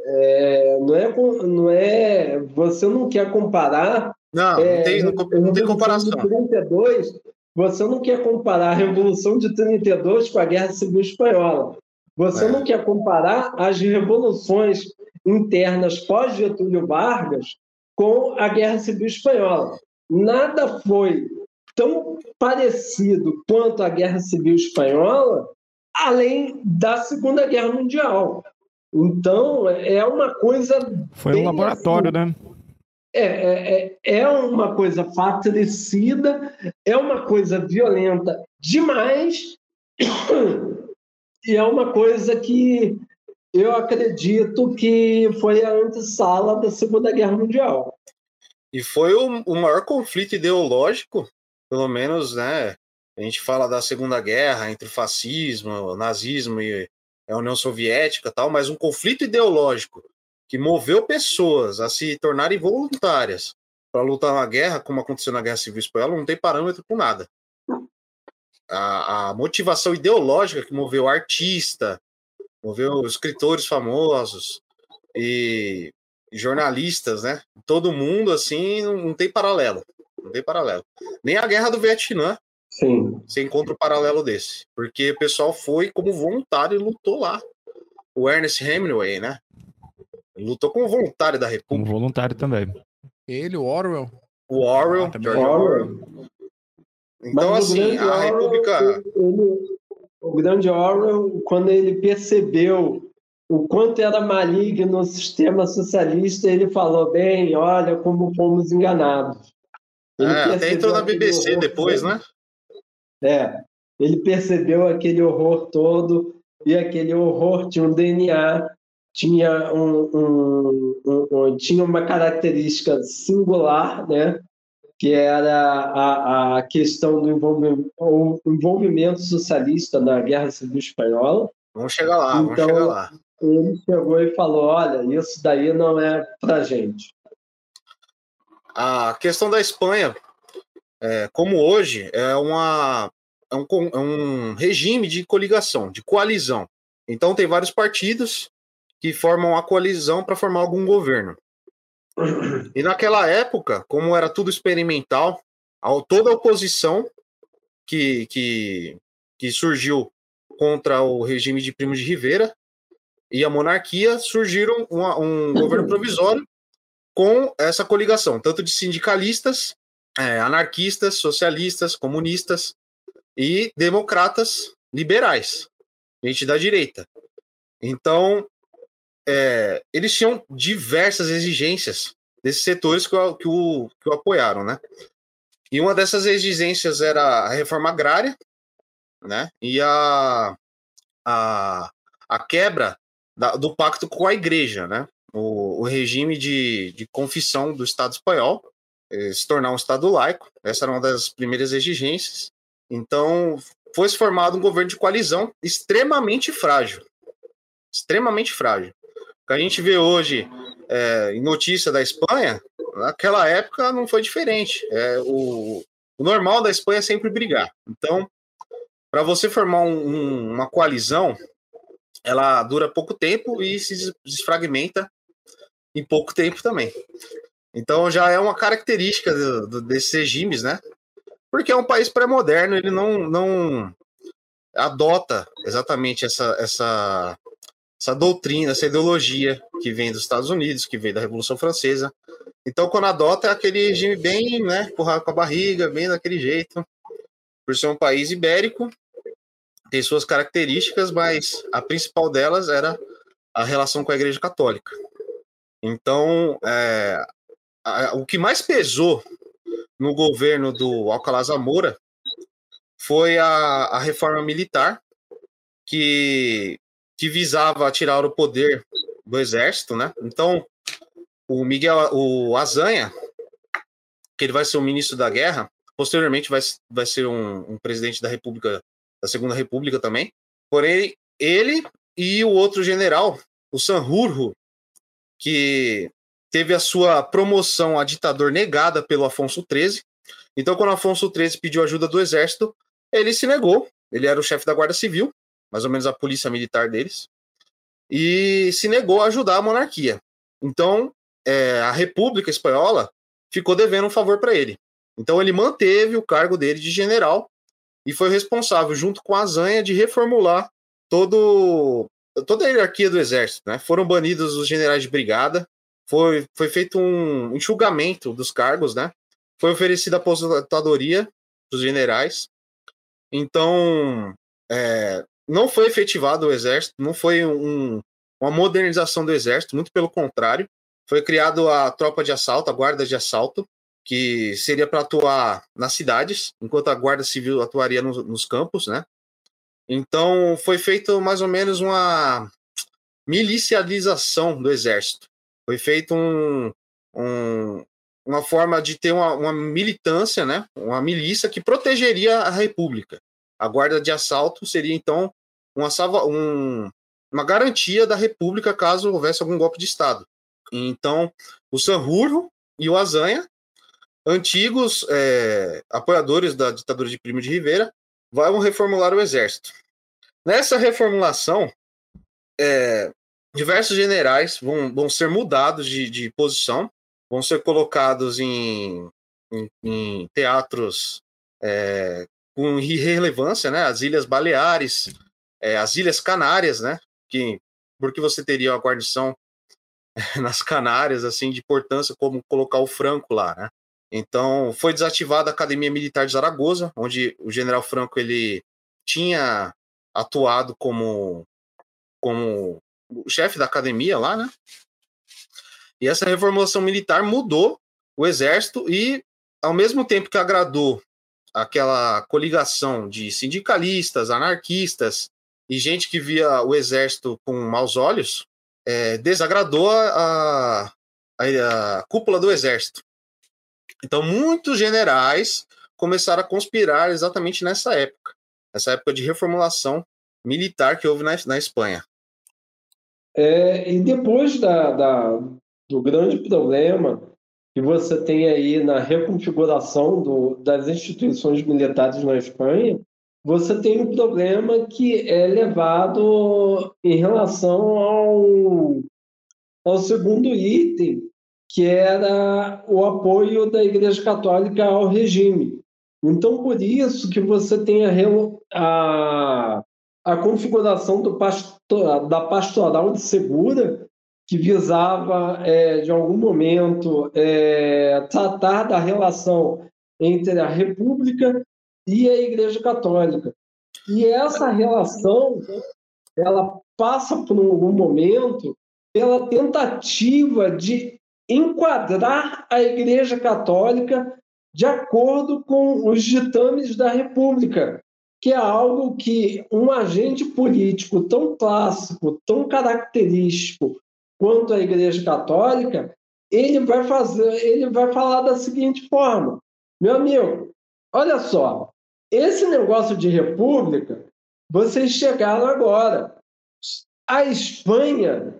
não é, você não quer comparar. Não tem comparação. De 32, você não quer comparar a Revolução de 32 com a Guerra Civil Espanhola. Você não quer comparar as revoluções internas pós-Getúlio Vargas com a Guerra Civil Espanhola. Nada foi tão parecido quanto a Guerra Civil Espanhola, além da Segunda Guerra Mundial. Então, é uma coisa... Foi um laboratório, assim, né? É uma coisa patricida, é uma coisa violenta demais, e é uma coisa que eu acredito que foi a antessala da Segunda Guerra Mundial. E foi o maior conflito ideológico, pelo menos, né? A gente fala da Segunda Guerra entre o fascismo, o nazismo e a União Soviética e tal, mas um conflito ideológico que moveu pessoas a se tornarem voluntárias para lutar na guerra, como aconteceu na Guerra Civil Espanhola, não tem parâmetro com nada. A motivação ideológica que moveu artista, moveu escritores famosos e jornalistas, né? Todo mundo, assim, não tem paralelo. Não tem paralelo. Nem a Guerra do Vietnã. Sim. Você encontra um paralelo desse. Porque o pessoal foi como voluntário e lutou lá. O Ernest Hemingway, né? Ele lutou como voluntário da República. Como voluntário também. Ele, o Orwell. O Orwell, George Orwell. Então, mas assim, a República... O grande Orwell, quando ele percebeu o quanto era maligno o sistema socialista, ele falou, bem, olha como fomos enganados. Até entrou na BBC depois, né? Ele percebeu aquele horror todo, e aquele horror tinha um DNA, tinha tinha uma característica singular, né? Que era a questão do envolvimento socialista na Guerra Civil Espanhola. Vamos chegar lá, então, vamos chegar lá. Ele chegou e falou, olha, isso daí não é pra gente. A questão da Espanha, como hoje, é um regime de coligação, de coalizão. Então tem vários partidos que formam a coalizão para formar algum governo. E naquela época, como era tudo experimental, toda a oposição que surgiu contra o regime de Primo de Rivera e a monarquia, surgiram um governo provisório com essa coligação, tanto de sindicalistas, anarquistas, socialistas, comunistas e democratas liberais, gente da direita. Então, eles tinham diversas exigências desses setores que o apoiaram, né? E uma dessas exigências era a reforma agrária, né? E a quebra do pacto com a igreja, né? O regime de confissão do Estado espanhol, se tornar um Estado laico. Essa era uma das primeiras exigências. Então, foi-se formado um governo de coalizão extremamente frágil. Extremamente frágil. O que a gente vê hoje em notícia da Espanha, naquela época não foi diferente. O normal da Espanha é sempre brigar. Então, para você formar uma coalizão, ela dura pouco tempo e se desfragmenta em pouco tempo também. Então, já é uma característica desses regimes, né? Porque é um país pré-moderno, ele não adota exatamente essa doutrina, essa ideologia que vem dos Estados Unidos, que vem da Revolução Francesa. Então, quando adota, é aquele regime bem, né, empurrado com a barriga, bem daquele jeito. Por ser um país ibérico, tem suas características, mas a principal delas era a relação com a Igreja Católica. Então, o que mais pesou no governo do Alcalá Zamora foi a reforma militar, que visava tirar o poder do exército, né? Então, o Azanha, que ele vai ser o ministro da guerra, posteriormente vai ser um presidente da República, da Segunda República também. Porém, ele e o outro general, o Sanjurjo, que teve a sua promoção a ditador negada pelo Afonso XIII. Então, quando Afonso XIII pediu ajuda do exército, ele se negou. Ele era o chefe da Guarda Civil, mais ou menos a polícia militar deles, e se negou a ajudar a monarquia. Então, a República Espanhola ficou devendo um favor para ele. Então, ele manteve o cargo dele de general e foi responsável, junto com a Azanha, de reformular toda a hierarquia do exército, né? Foram banidos os generais de brigada, foi feito um enxugamento dos cargos, né? Foi oferecida a aposentadoria dos generais. Então, não foi efetivado o exército, não foi uma modernização do exército, muito pelo contrário. Foi criado a tropa de assalto, a guarda de assalto, que seria para atuar nas cidades, enquanto a guarda civil atuaria nos campos, né? Então, foi feito mais ou menos uma milicialização do exército. Foi feito uma forma de ter uma militância, né? Uma milícia que protegeria a República. A guarda de assalto seria, então, uma garantia da República caso houvesse algum golpe de Estado. Então, o Sanjurjo e o Azanha, antigos apoiadores da ditadura de Primo de Rivera, vão reformular o exército. Nessa reformulação, diversos generais vão ser mudados de posição, vão ser colocados em teatros com irrelevância, né? As Ilhas Baleares, as Ilhas Canárias, né? Porque você teria uma guarnição nas Canárias, assim, de importância, como colocar o Franco lá, né? Então, foi desativada a Academia Militar de Zaragoza, onde o general Franco ele tinha atuado como o chefe da academia lá, né? E essa reformulação militar mudou o exército e, ao mesmo tempo que agradou aquela coligação de sindicalistas, anarquistas e gente que via o exército com maus olhos, desagradou a cúpula do exército. Então, muitos generais começaram a conspirar exatamente nessa época de reformulação militar que houve na Espanha. E depois do grande problema que você tem aí na reconfiguração das instituições militares na Espanha, você tem um problema que é levado em relação ao segundo item, que era o apoio da Igreja Católica ao regime. Então, por isso que você tem a configuração da pastoral de Segura, que visava, de algum momento, tratar da relação entre a República e a Igreja Católica. E essa relação, ela passa por algum momento pela tentativa de enquadrar a Igreja Católica de acordo com os ditames da República, que é algo que um agente político tão clássico, tão característico quanto a Igreja Católica, ele vai falar da seguinte forma: meu amigo, olha só, esse negócio de república, vocês chegaram agora. A Espanha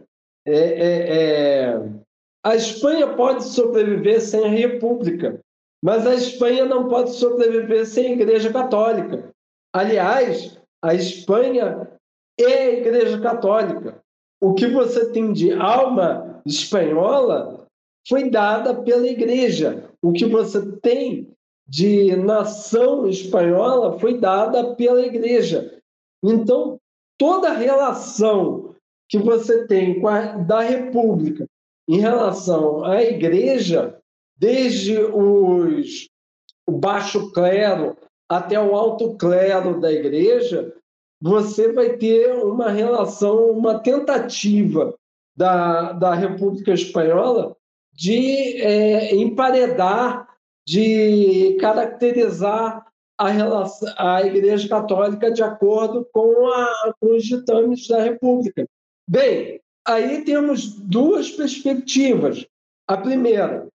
pode sobreviver sem a república, mas a Espanha não pode sobreviver sem a Igreja Católica. Aliás, a Espanha é a Igreja Católica. O que você tem de alma espanhola foi dada pela Igreja. O que você tem de nação espanhola foi dada pela Igreja. Então, toda a relação que você tem da República em relação à Igreja, desde o baixo clero até o alto clero da Igreja, você vai ter uma relação, uma tentativa da República Espanhola de emparedar, de caracterizar a Igreja Católica de acordo com os ditames da República. Bem, aí temos duas perspectivas. A primeira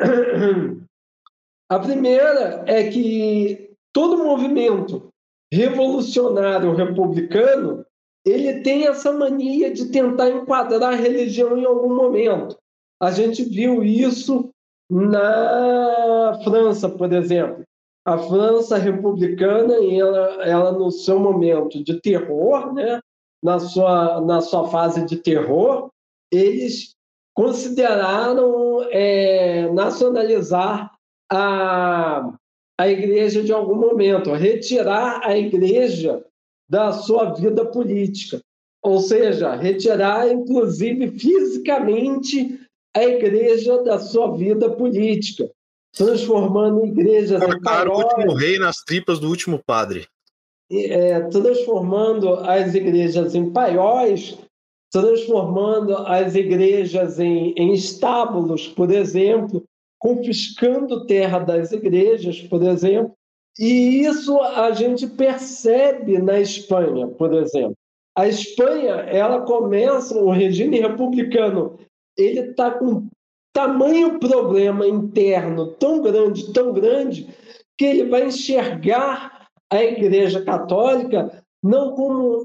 é que todo movimento revolucionário republicano ele tem essa mania de tentar enquadrar a religião em algum momento. A gente viu isso na França, por exemplo. A França republicana, ela no seu momento de terror, né, na sua fase de terror, eles consideraram nacionalizar a igreja de algum momento, retirar a igreja da sua vida política. Ou seja, retirar, inclusive, fisicamente a igreja da sua vida política, transformando igrejas em Cortaram o último rei nas tripas do último padre. Transformando as igrejas em paióis, transformando as igrejas em estábulos, por exemplo, confiscando terra das igrejas, por exemplo. E isso a gente percebe na Espanha, por exemplo. A Espanha, ela começa, o regime republicano, ele está com tamanho problema interno tão grande, que ele vai enxergar a Igreja Católica não como,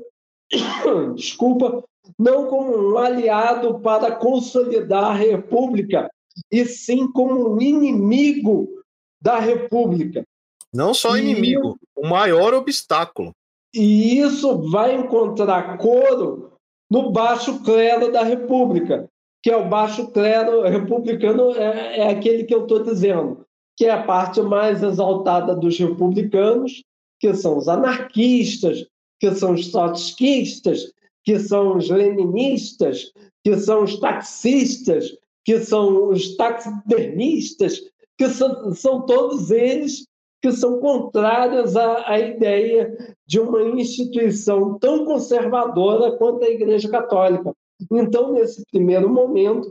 não como um aliado para consolidar a República, e sim como um inimigo da República. Não só inimigo, o maior obstáculo. E isso vai encontrar coro no baixo clero da República, que é o baixo clero republicano, é aquele que eu estou dizendo, que é a parte mais exaltada dos republicanos, que são os anarquistas, que são os trotskistas, que são os leninistas, que são os taxistas, que são os taxidermistas, que são todos eles que são contrários à ideia de uma instituição tão conservadora quanto a Igreja Católica. Então, nesse primeiro momento,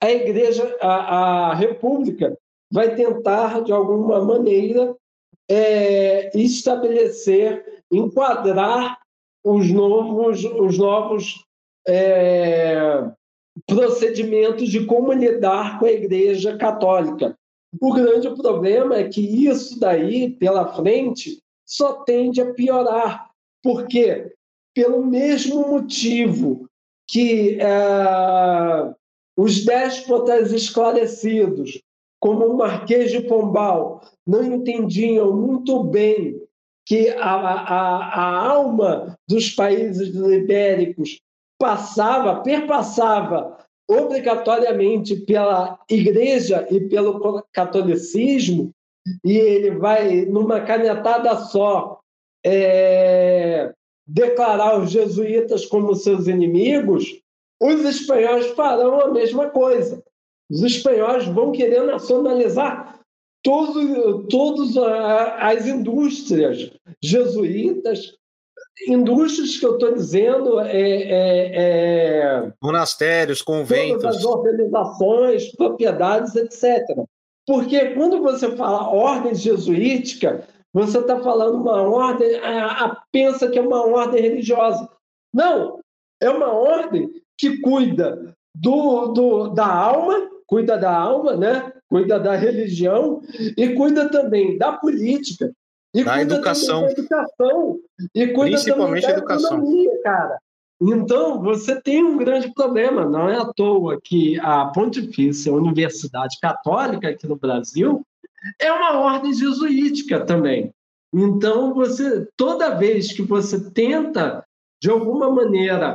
a República vai tentar, de alguma maneira, estabelecer, enquadrar os novos procedimentos de como lidar com a Igreja Católica. O grande problema é que isso daí, pela frente, só tende a piorar. Por quê? Pelo mesmo motivo que os déspotas esclarecidos, como o Marquês de Pombal, não entendiam muito bem que a alma dos países ibéricos perpassava obrigatoriamente pela Igreja e pelo catolicismo, e ele vai, numa canetada só, declarar os jesuítas como seus inimigos, os espanhóis farão a mesma coisa. Os espanhóis vão querer nacionalizar todas as indústrias jesuítas, indústrias que eu estou dizendo monastérios, conventos, todas as organizações, propriedades, etc. Porque quando você fala ordem jesuítica, você está falando uma ordem, pensa que é uma ordem religiosa. Não, é uma ordem que cuida da alma, né? Cuida da religião e cuida também da política. E da educação. E cuida principalmente também da educação. Economia, cara. Então, você tem um grande problema. Não é à toa que a Pontifícia Universidade Católica aqui no Brasil é uma ordem jesuítica também. Então, toda vez que você tenta, de alguma maneira,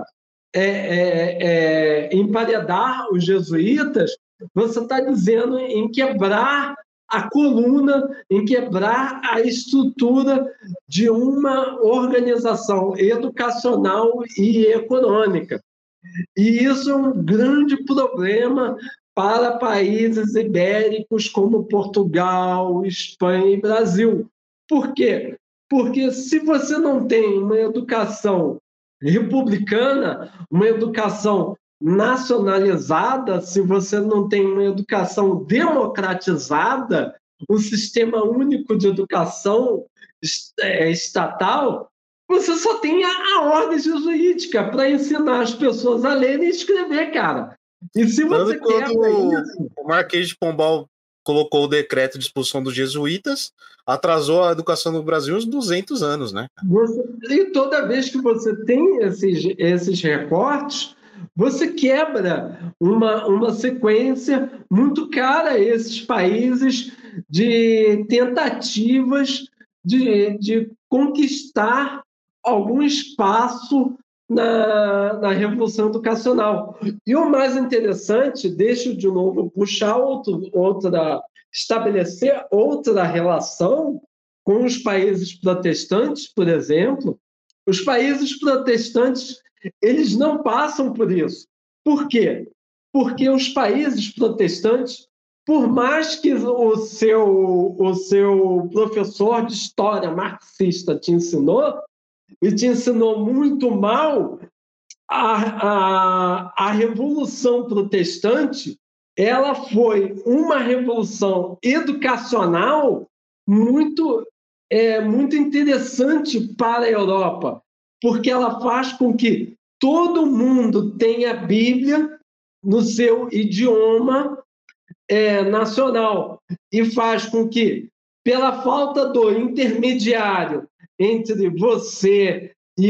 emparedar os jesuítas, você está dizendo em quebrar a coluna, em quebrar a estrutura de uma organização educacional e econômica. E isso é um grande problema para países ibéricos como Portugal, Espanha e Brasil. Por quê? Porque se você não tem uma educação republicana, uma educação nacionalizada, se você não tem uma educação democratizada, um sistema único de educação estatal, você só tem a ordem jesuítica para ensinar as pessoas a ler e escrever, cara. E se você quebra isso... O Marquês de Pombal colocou o decreto de expulsão dos jesuítas, atrasou a educação no Brasil uns 200 anos, né? E toda vez que você tem esses recortes, você quebra uma sequência muito cara a esses países de tentativas de conquistar algum espaço na Revolução Educacional. E o mais interessante, deixa eu de novo puxar estabelecer outra relação com os países protestantes, por exemplo. Os países protestantes, eles não passam por isso. Por quê? Porque os países protestantes, por mais que o seu professor de história marxista te ensinou, e te ensinou muito mal, a Revolução Protestante, ela foi uma revolução educacional muito interessante para a Europa, porque ela faz com que todo mundo tenha a Bíblia no seu idioma nacional e faz com que, pela falta do intermediário entre você e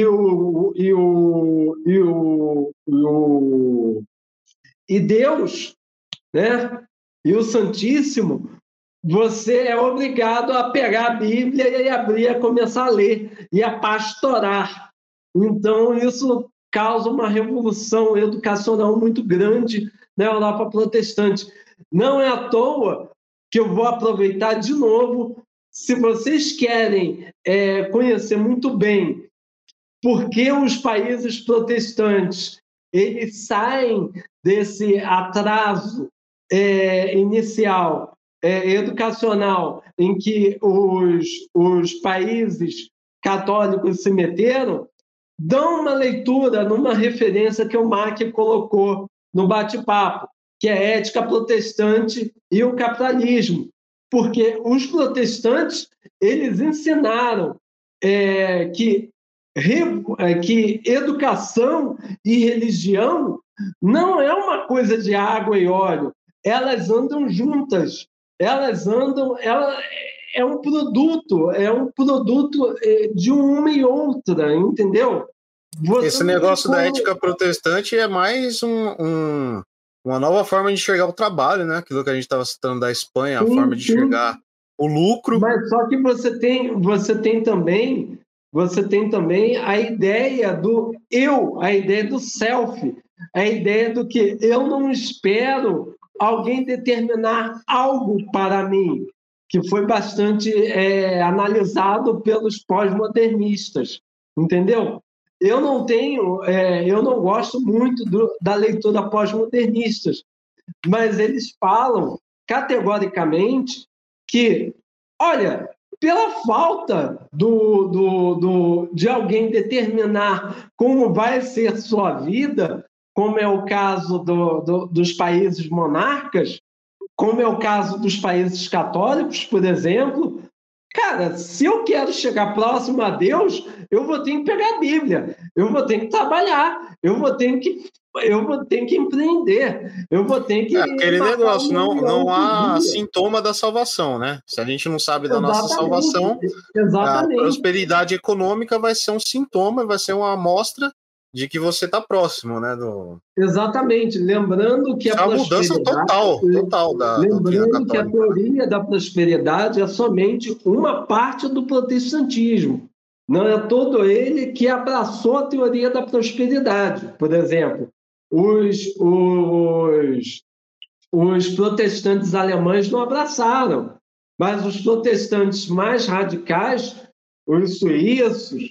Deus, né? E o Santíssimo, você é obrigado a pegar a Bíblia e abrir, a começar a ler e a pastorar. Então, isso causa uma revolução educacional muito grande na Europa protestante. Não é à toa que eu vou aproveitar de novo. Se vocês querem conhecer muito bem por que os países protestantes eles saem desse atraso inicial educacional em que os países católicos se meteram, dão uma leitura numa referência que o Mark colocou no bate-papo, que é a ética protestante e o capitalismo. Porque os protestantes, eles ensinaram que educação e religião não é uma coisa de água e óleo, elas andam juntas, é um produto de uma e outra, entendeu? Esse negócio da ética protestante é mais uma nova forma de enxergar o trabalho, né? Aquilo que a gente estava citando da Espanha, a forma de enxergar o lucro. Mas só que você tem também a ideia do eu, a ideia do self, a ideia do que eu não espero alguém determinar algo para mim, que foi bastante analisado pelos pós-modernistas, entendeu? Eu não gosto muito da leitura pós-modernistas, mas eles falam categoricamente que, olha, pela falta de alguém determinar como vai ser sua vida, como é o caso dos países monarcas, como é o caso dos países católicos, por exemplo, cara, se eu quero chegar próximo a Deus, eu vou ter que pegar a Bíblia, eu vou ter que trabalhar, eu vou ter que empreender, eu vou ter que... aquele negócio, não há sintoma da salvação, né? Se a gente não sabe da nossa salvação, a prosperidade econômica vai ser um sintoma, vai ser uma amostra de que você está próximo, né? Exatamente, lembrando que a mudança total da doutrina católica. Que a teoria da prosperidade é somente uma parte do protestantismo. Não é todo ele que abraçou a teoria da prosperidade. Por exemplo, os protestantes alemães não abraçaram. Mas os protestantes mais radicais, os suíços,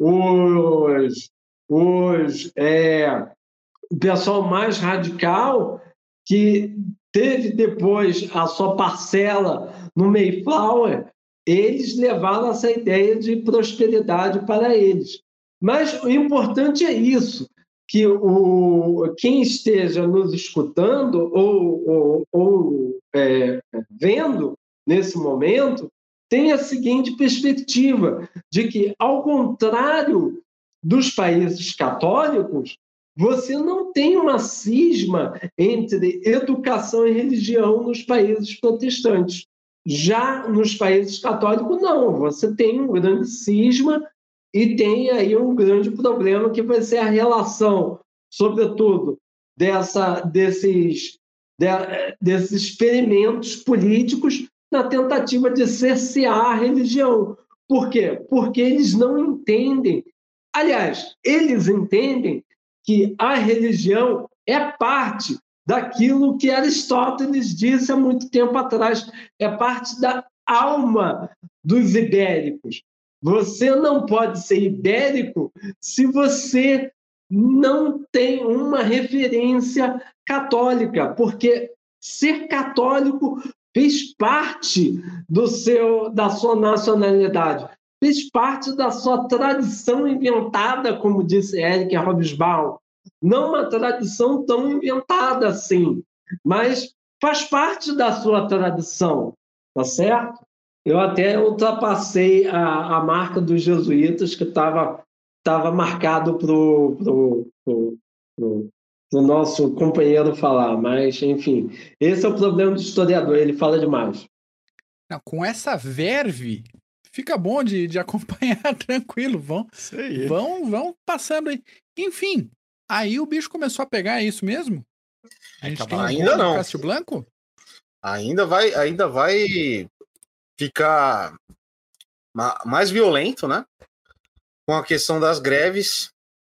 o pessoal mais radical, que teve depois a sua parcela no Mayflower, eles levaram essa ideia de prosperidade para eles. Mas o importante é isso, que quem esteja nos escutando ou vendo nesse momento tem a seguinte perspectiva, de que, ao contrário dos países católicos, você não tem uma cisma entre educação e religião nos países protestantes. Já nos países católicos, não. Você tem um grande cisma e tem aí um grande problema que vai ser a relação, sobretudo, desses experimentos políticos na tentativa de cercear a religião. Por quê? Porque eles não entendem. Aliás, eles entendem que a religião é parte daquilo que Aristóteles disse há muito tempo atrás, é parte da alma dos ibéricos. Você não pode ser ibérico se você não tem uma referência católica, porque ser católico fez parte da sua nacionalidade, fez parte da sua tradição inventada, como disse Eric Hobsbawm. Não uma tradição tão inventada assim, mas faz parte da sua tradição, tá certo? Eu até ultrapassei a marca dos jesuítas, que estava marcado para o nosso companheiro falar, mas, enfim, esse é o problema do historiador, ele fala demais. Não, com essa verve, fica bom de acompanhar tranquilo, vão passando aí. Enfim, aí o bicho começou a pegar, é isso mesmo? A gente tem ainda não. Castelo Branco? Ainda vai ficar mais violento, né? Com a questão das greves,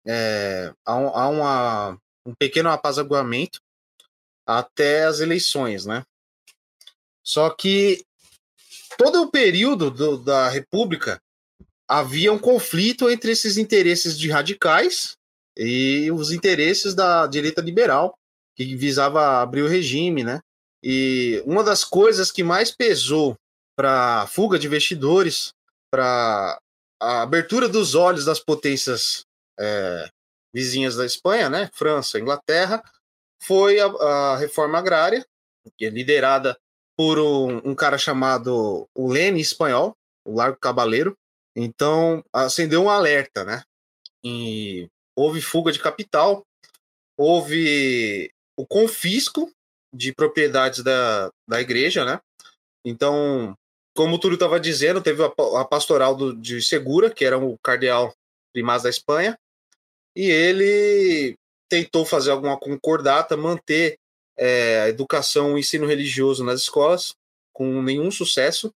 há um pequeno apaziguamento até as eleições, né? Só que todo o período da República havia um conflito entre esses interesses de radicais e os interesses da direita liberal, que visava abrir o regime, né? E uma das coisas que mais pesou para a fuga de investidores, para a abertura dos olhos das potências vizinhas da Espanha, né? França, Inglaterra, foi a reforma agrária, que é liderada por um cara chamado o Lene espanhol, o Largo Cabaleiro. Então, acendeu um alerta, né? E houve fuga de capital, houve o confisco de propriedades da igreja, né? Então, como o Túlio estava dizendo, teve a pastoral de Segura, que era o cardeal primaz da Espanha, e ele tentou fazer alguma concordata, manter a educação, o ensino religioso nas escolas, com nenhum sucesso,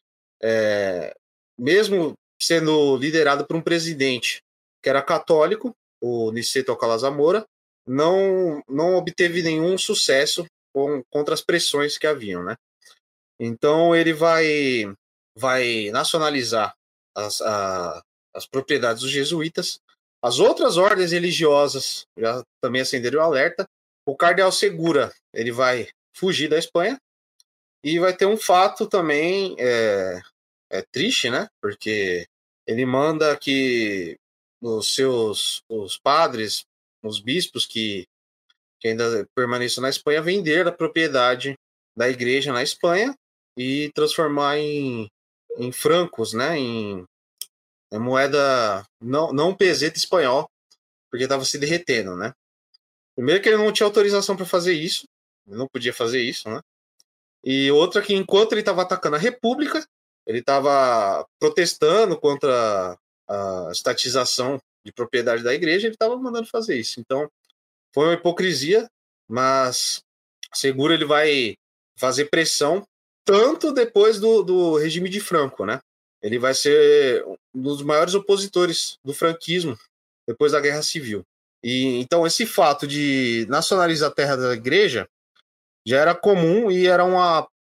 mesmo sendo liderado por um presidente que era católico, o Niceto Alcalá Zamora, não obteve nenhum sucesso contra as pressões que haviam, né? Então ele vai nacionalizar as propriedades dos jesuítas. As outras ordens religiosas já também acenderam o alerta. O cardeal Segura, ele vai fugir da Espanha, e vai ter um fato também triste, né? Porque ele manda que os padres, os bispos que ainda permaneçam na Espanha, vender a propriedade da igreja na Espanha e transformar em francos, né? Em moeda não peseta espanhol, porque estava se derretendo, né? Primeiro que ele não tinha autorização para fazer isso, ele não podia fazer isso, né? E outra que, enquanto ele estava atacando a República, ele estava protestando contra a estatização de propriedade da igreja, ele estava mandando fazer isso. Então, foi uma hipocrisia, mas Seguro ele vai fazer pressão tanto depois do regime de Franco, né? Ele vai ser um dos maiores opositores do franquismo depois da Guerra Civil. E então esse fato de nacionalizar a terra da igreja já era comum e era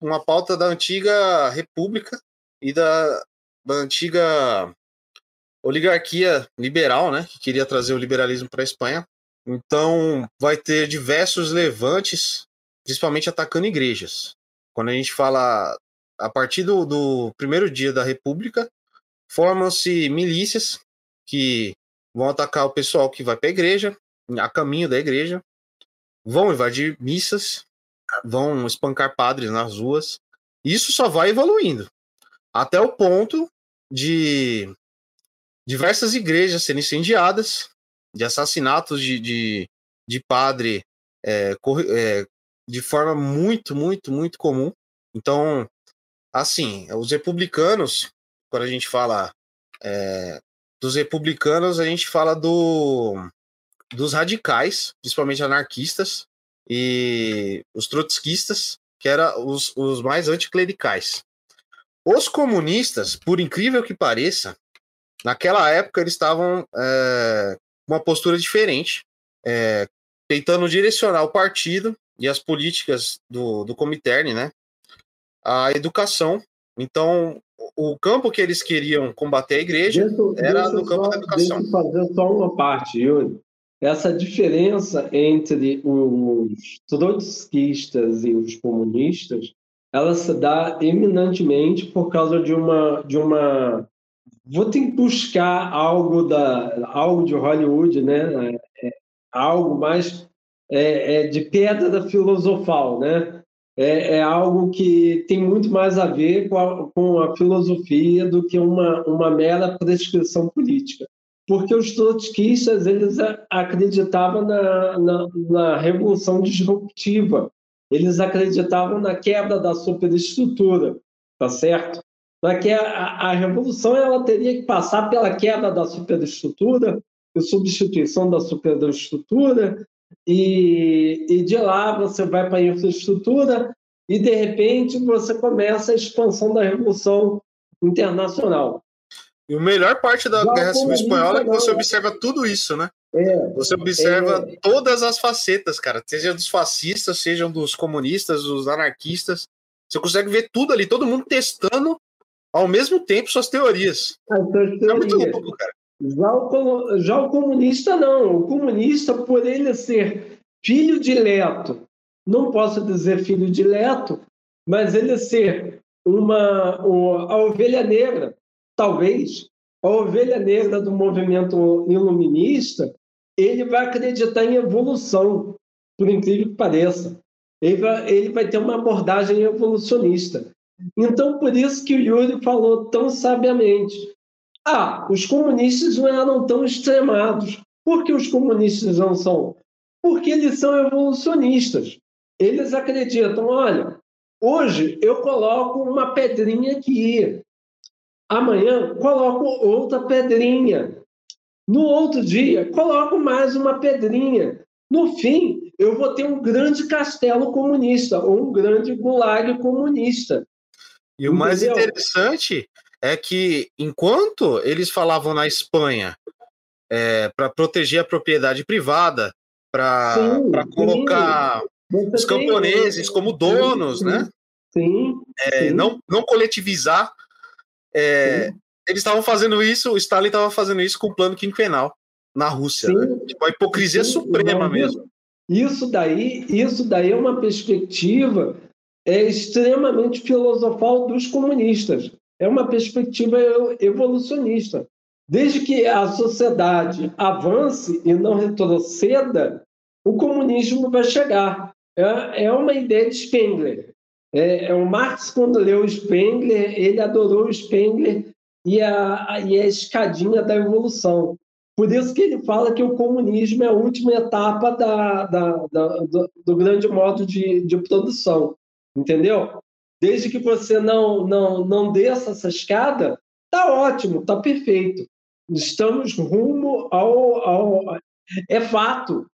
uma pauta da antiga república e da antiga oligarquia liberal, né, que queria trazer o liberalismo para a Espanha. Então, vai ter diversos levantes, principalmente atacando igrejas. Quando a gente fala, a partir do primeiro dia da República, formam-se milícias que vão atacar o pessoal que vai para a igreja, a caminho da igreja, vão invadir missas, vão espancar padres nas ruas. Isso só vai evoluindo, até o ponto de diversas igrejas serem incendiadas, de assassinatos de padre de forma muito, muito, muito comum. Então, assim, os republicanos, quando a gente fala dos republicanos, a gente fala dos radicais, principalmente anarquistas, e os trotskistas, que eram os mais anticlericais. Os comunistas, por incrível que pareça, naquela época eles estavam com uma postura diferente, tentando direcionar o partido e as políticas do Comintern, né, à educação. Então, o campo que eles queriam combater a igreja era no campo da educação. Deixa eu fazer só uma parte, Yuri. Essa diferença entre os trotskistas e os comunistas, ela se dá eminentemente por causa de uma... Vou ter que buscar algo de Hollywood, né? Algo mais de pedra filosofal, né? É algo que tem muito mais a ver com a filosofia do que uma mera prescrição política. Porque os trotskistas, eles acreditavam na revolução disruptiva, eles acreditavam na quebra da superestrutura, tá certo? Porque a revolução ela teria que passar pela quebra da superestrutura e substituição da superestrutura, e de lá você vai para a infraestrutura e, de repente, você começa a expansão da Revolução Internacional. E a melhor parte da Guerra Civil Espanhola é que você observa tudo isso, né? Você observa todas as facetas, cara. Seja dos fascistas, sejam dos comunistas, dos anarquistas. Você consegue ver tudo ali, todo mundo testando ao mesmo tempo suas teorias. É muito louco, cara. Já o comunista, não. O comunista, por ele ser filho dileto, não posso dizer filho dileto, mas ele ser a ovelha negra, talvez, a ovelha negra do movimento iluminista, ele vai acreditar em evolução, por incrível que pareça. Ele vai ter uma abordagem evolucionista. Então, por isso que o Yuri falou tão sabiamente. Os comunistas não eram tão extremados. Por que os comunistas não são? Porque eles são evolucionistas. Eles acreditam, olha, hoje eu coloco uma pedrinha aqui, amanhã coloco outra pedrinha, no outro dia coloco mais uma pedrinha. No fim, eu vou ter um grande castelo comunista ou um grande gulag comunista. E o mais interessante é que, enquanto eles falavam na Espanha para proteger a propriedade privada, para colocar os camponeses como donos, né? Sim. Não coletivizar, eles estavam fazendo isso, o Stalin estava fazendo isso com o plano quinquenal na Rússia. Né? Tipo, a hipocrisia suprema mesmo. Isso daí é uma perspectiva extremamente filosofal dos comunistas. É uma perspectiva evolucionista. Desde que a sociedade avance e não retroceda, o comunismo vai chegar. É uma ideia de Spengler. O Marx, quando leu Spengler, ele adorou Spengler e a escadinha da evolução. Por isso que ele fala que o comunismo é a última etapa do grande modo de produção. Entendeu? Desde que você não desça essa escada, tá ótimo, tá perfeito. Estamos rumo ao... É fato.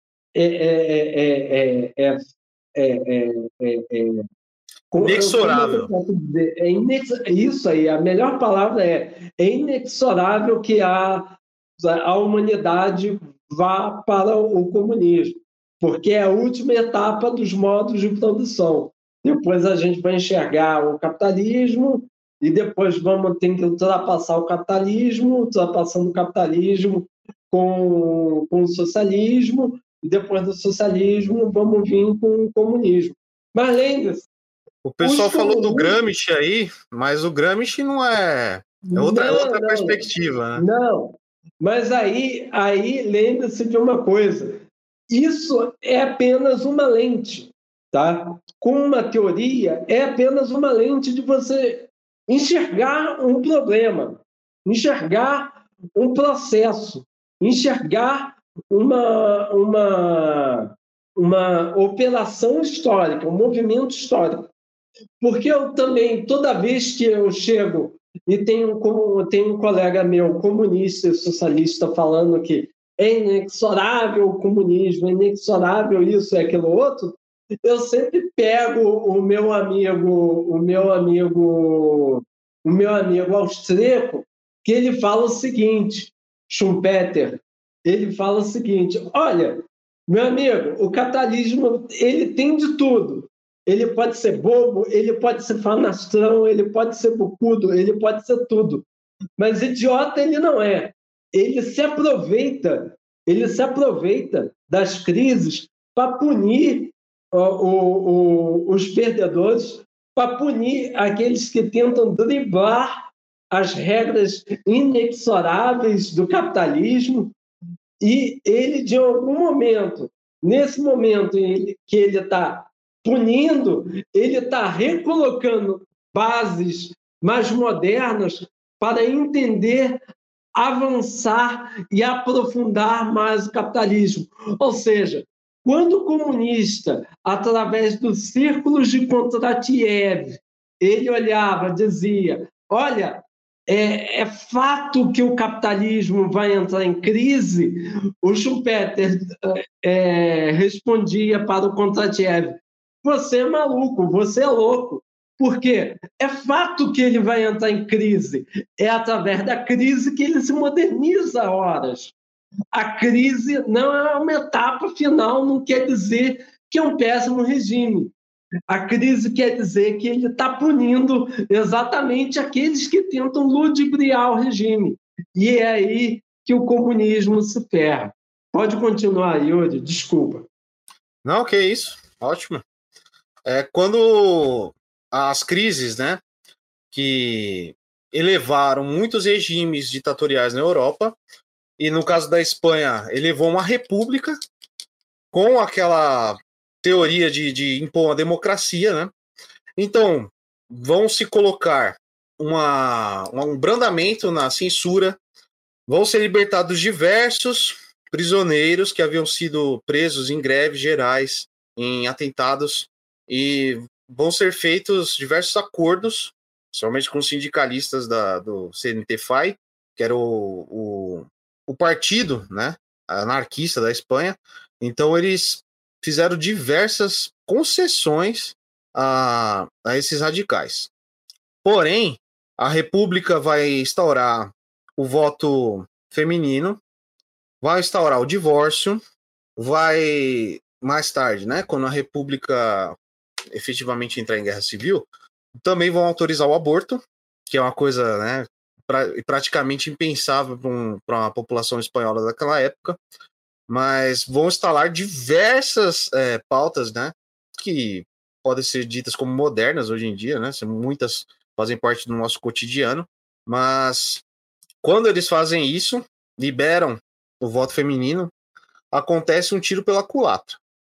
Inexorável. Isso aí, a melhor palavra é inexorável que a humanidade vá para o comunismo, porque é a última etapa dos modos de produção. depois a gente vai enxergar o capitalismo, e depois vamos ter que ultrapassar o capitalismo, ultrapassando o capitalismo com o socialismo, e depois do socialismo vamos vir com o comunismo. Mas lembre-se, O pessoal falou do comunistas... Gramsci aí, mas o Gramsci não é. É outra perspectiva, né? Não, mas aí lembre-se de uma coisa: isso é apenas uma lente, tá? Com uma teoria, é apenas uma lente de você enxergar um problema, enxergar um processo, enxergar uma operação histórica, um movimento histórico. Porque eu também, toda vez que eu chego e tenho um colega meu, comunista e socialista, falando que é inexorável o comunismo, é inexorável isso e aquilo outro, eu sempre pego o meu amigo austríaco, que ele fala o seguinte, Schumpeter, ele fala o seguinte: olha, meu amigo, o capitalismo ele tem de tudo. Ele pode ser bobo, ele pode ser fanastrão, ele pode ser bocudo, ele pode ser tudo. Mas idiota ele não é. Ele se aproveita das crises para punir os perdedores, para punir aqueles que tentam driblar as regras inexoráveis do capitalismo. E ele, de algum momento, nesse momento que ele está punindo, ele está recolocando bases mais modernas para entender, avançar e aprofundar mais o capitalismo. Ou seja, quando o comunista, através dos círculos de Kondratiev, ele olhava, dizia: olha, é fato que o capitalismo vai entrar em crise, o Schumpeter respondia para o Kondratiev: você é maluco, você é louco. Por quê? É fato que ele vai entrar em crise. É através da crise que ele se moderniza a horas. A crise não é uma etapa final, não quer dizer que é um péssimo regime. A crise quer dizer que ele está punindo exatamente aqueles que tentam ludibriar o regime. E é aí que o comunismo se ferra. Pode continuar, Yuri, desculpa. Não, que isso, ótimo. Quando as crises, né, que elevaram muitos regimes ditatoriais na Europa, e no caso da Espanha, elevou uma república com aquela teoria de impor uma democracia, né? Então, vão se colocar um brandamento na censura, vão ser libertados diversos prisioneiros que haviam sido presos em greves gerais, em atentados, e vão ser feitos diversos acordos, somente com sindicalistas do CNT-FAI, que era o partido, né, anarquista da Espanha. Então eles fizeram diversas concessões a esses radicais. Porém, a República vai instaurar o voto feminino, vai instaurar o divórcio, vai mais tarde, né, quando a República efetivamente entrar em guerra civil, também vão autorizar o aborto, que é uma coisa, né, praticamente impensável para uma população espanhola daquela época, mas vão instalar diversas pautas, né, que podem ser ditas como modernas hoje em dia, né, muitas fazem parte do nosso cotidiano, mas quando eles fazem isso, liberam o voto feminino, acontece um tiro pela culatra,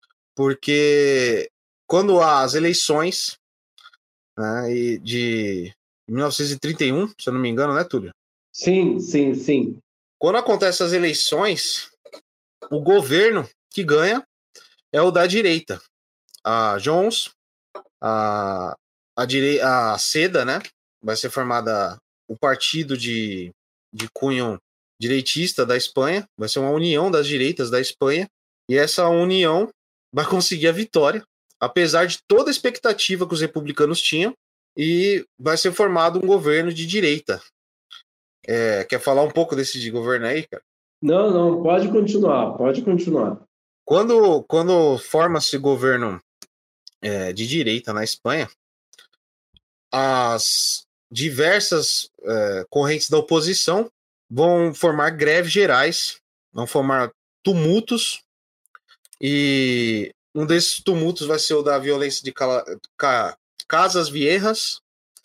porque quando as eleições, né, de 1931, se eu não me engano, né, Túlio? Sim, sim, sim. Quando acontecem as eleições, o governo que ganha é o da direita. A Junts, a CEDA, né? Vai ser formada o partido de cunho direitista da Espanha, vai ser uma união das direitas da Espanha, e essa união vai conseguir a vitória, apesar de toda a expectativa que os republicanos tinham, e vai ser formado um governo de direita. Quer falar um pouco desse governo aí, cara? Não, pode continuar. Quando forma-se governo de direita na Espanha, as diversas correntes da oposição vão formar greves gerais, vão formar tumultos, e um desses tumultos vai ser o da violência de Casas Viejas.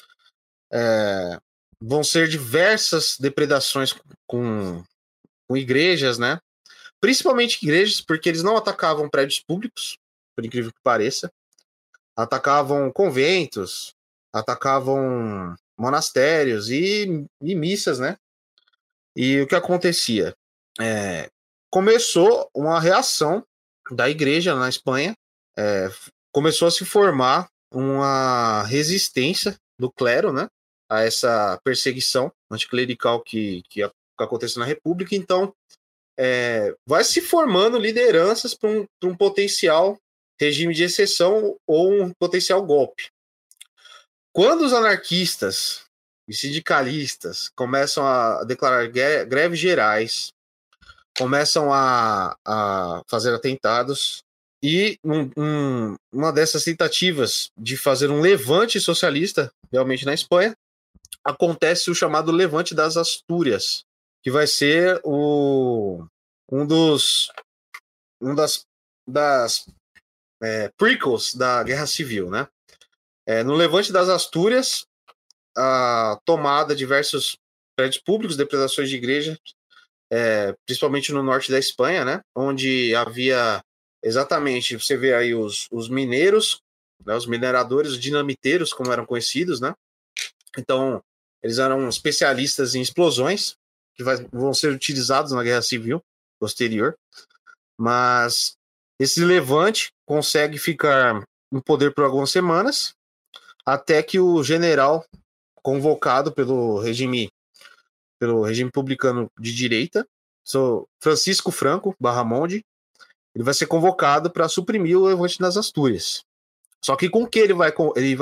Vão ser diversas depredações com igrejas, né? Principalmente igrejas, porque eles não atacavam prédios públicos, por incrível que pareça. Atacavam conventos, atacavam monastérios e missas, né? E o que acontecia? Começou uma reação da igreja na Espanha, começou a se formar uma resistência do clero, né, a essa perseguição anticlerical que aconteceu na República. Então, vai se formando lideranças para um potencial regime de exceção ou um potencial golpe. Quando os anarquistas e sindicalistas começam a declarar greves gerais, começam a fazer atentados, e uma dessas tentativas de fazer um levante socialista, realmente na Espanha, acontece o chamado Levante das Astúrias, que vai ser das prequels da Guerra Civil, né? No Levante das Astúrias, a tomada de diversos prédios públicos, depredações de igrejas, principalmente no norte da Espanha, né? Onde havia exatamente, você vê aí os mineiros, né, os mineradores, os dinamiteiros, como eram conhecidos, né? Então, eles eram especialistas em explosões, que vão ser utilizados na Guerra Civil posterior. Mas esse levante consegue ficar no poder por algumas semanas, até que o general convocado pelo regime republicano de direita, Francisco Franco Barramonde, ele vai ser convocado para suprimir o levante das Astúrias. Só que com o que ele vai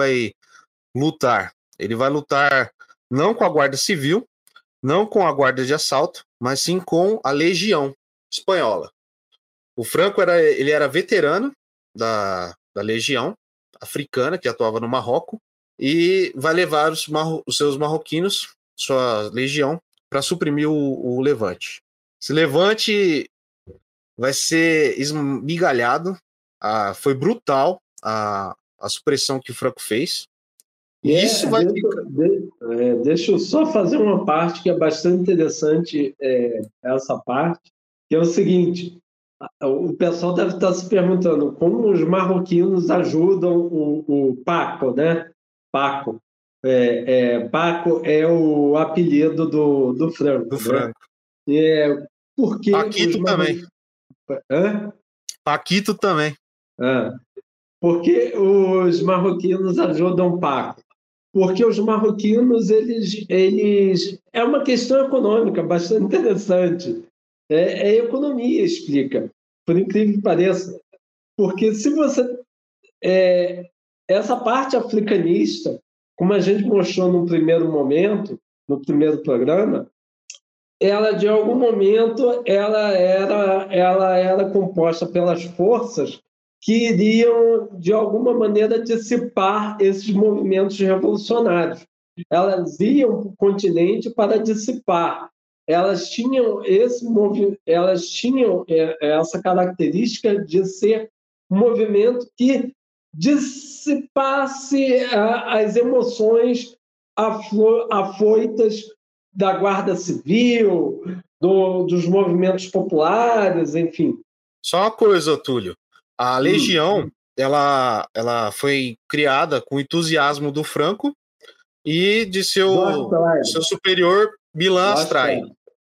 lutar? Ele vai lutar não com a Guarda Civil, não com a Guarda de Assalto, mas sim com a Legião Espanhola. O Franco era veterano da Legião Africana, que atuava no Marrocos, e vai levar os seus marroquinos, sua legião, para suprimir o levante. Esse levante vai ser esmigalhado. Foi brutal a supressão que o Franco fez. E isso vai ficar... Deixa eu só fazer uma parte que é bastante interessante, essa parte, que é o seguinte: o pessoal deve estar se perguntando como os marroquinos ajudam o Paco, né? Paco. Paco é o apelido do Franco. Do Franco. Né? Porque Paquito também. Hã? Paquito também. Por que os marroquinos ajudam Paco? Porque os marroquinos, eles... É uma questão econômica bastante interessante. É economia, explica, por incrível que pareça. Porque se você... essa parte africanista, como a gente mostrou no primeiro momento, no primeiro programa, ela, de algum momento, ela era composta pelas forças que iriam, de alguma maneira, dissipar esses movimentos revolucionários. Elas iam para o continente para dissipar. Elas tinham essa característica de ser um movimento que dissipasse as emoções afoitas da Guarda Civil, dos movimentos populares, enfim. Só uma coisa, Túlio. A Legião, ela foi criada com o entusiasmo do Franco e de seu superior Milan Astray.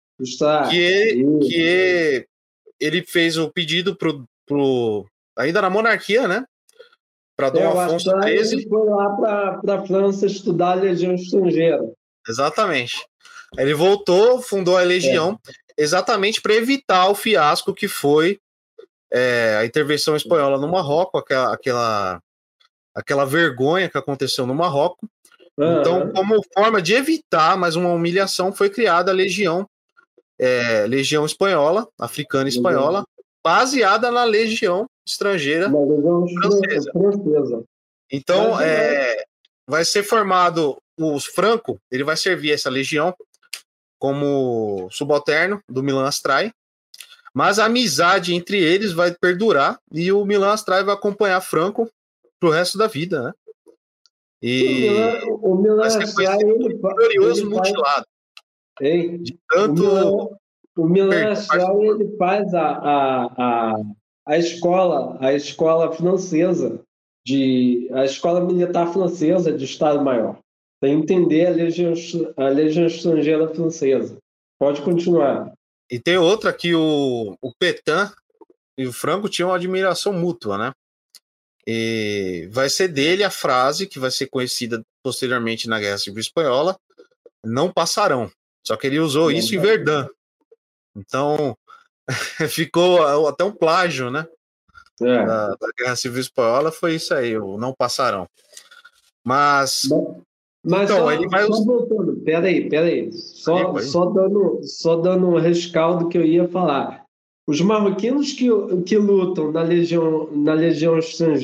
Que ele fez o pedido ainda na monarquia, né? Para Dom Afonso XIII. Ele foi lá para a França estudar a Legião Estrangeira. Exatamente. Ele voltou, fundou a Legião, exatamente para evitar o fiasco que foi a intervenção espanhola no Marrocos, aquela vergonha que aconteceu no Marrocos. Então, como forma de evitar mais uma humilhação, foi criada a Legião Espanhola, Africana Espanhola, baseada na legião estrangeira francesa. Então, vai ser formado o Franco, ele vai servir essa legião como subalterno do Milan Astray, mas a amizade entre eles vai perdurar e o Milan Astray vai acompanhar Franco pro resto da vida, né? E o Milan Astray, ele glorioso mutilado. De tanto o Milan Astray, ele faz a escola francesa, a escola militar francesa de Estado-Maior, para entender a legião estrangeira francesa. Pode continuar. E tem outra que o Petain e o Franco tinham uma admiração mútua, né? E vai ser dele a frase que vai ser conhecida posteriormente na Guerra Civil Espanhola: não passarão. Só que ele usou isso em Verdun. Então, ficou até um plágio, né? Da Guerra Civil Espanhola foi isso aí, o não passarão. Mas então, ele vai... Só voltando, peraí. Só dando um rescaldo que eu ia falar. Os marroquinos que lutam na legião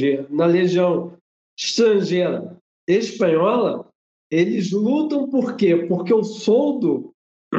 estrangeira espanhola, eles lutam por quê? Porque o soldo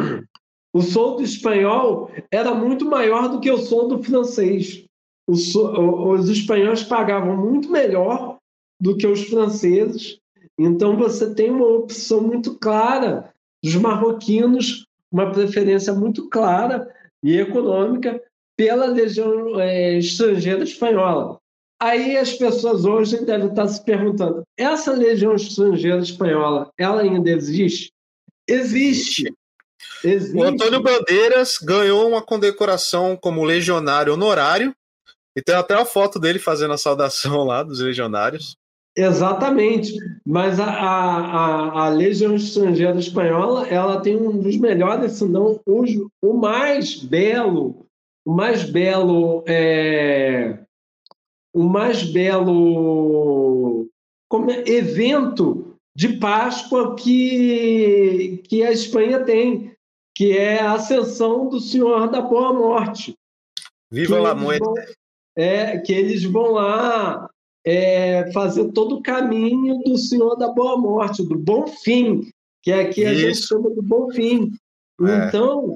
espanhol era muito maior do que o soldo francês. Os espanhóis pagavam muito melhor do que os franceses. Então, você tem uma opção muito clara dos marroquinos, uma preferência muito clara e econômica pela legião estrangeira espanhola. Aí as pessoas hoje devem estar se perguntando: essa legião estrangeira espanhola, ela ainda existe? Existe. O Antônio Bandeiras ganhou uma condecoração como legionário honorário, e tem até a foto dele fazendo a saudação lá dos legionários. Exatamente, mas a Legião Estrangeira Espanhola, ela tem um dos melhores, se não o mais belo evento de Páscoa que a Espanha tem, que é a Ascensão do Senhor da Boa Morte. Viva la Muerte! Que eles vão lá fazer todo o caminho do Senhor da Boa Morte, do Bom Fim, que aqui a gente chama do Bom Fim. Então,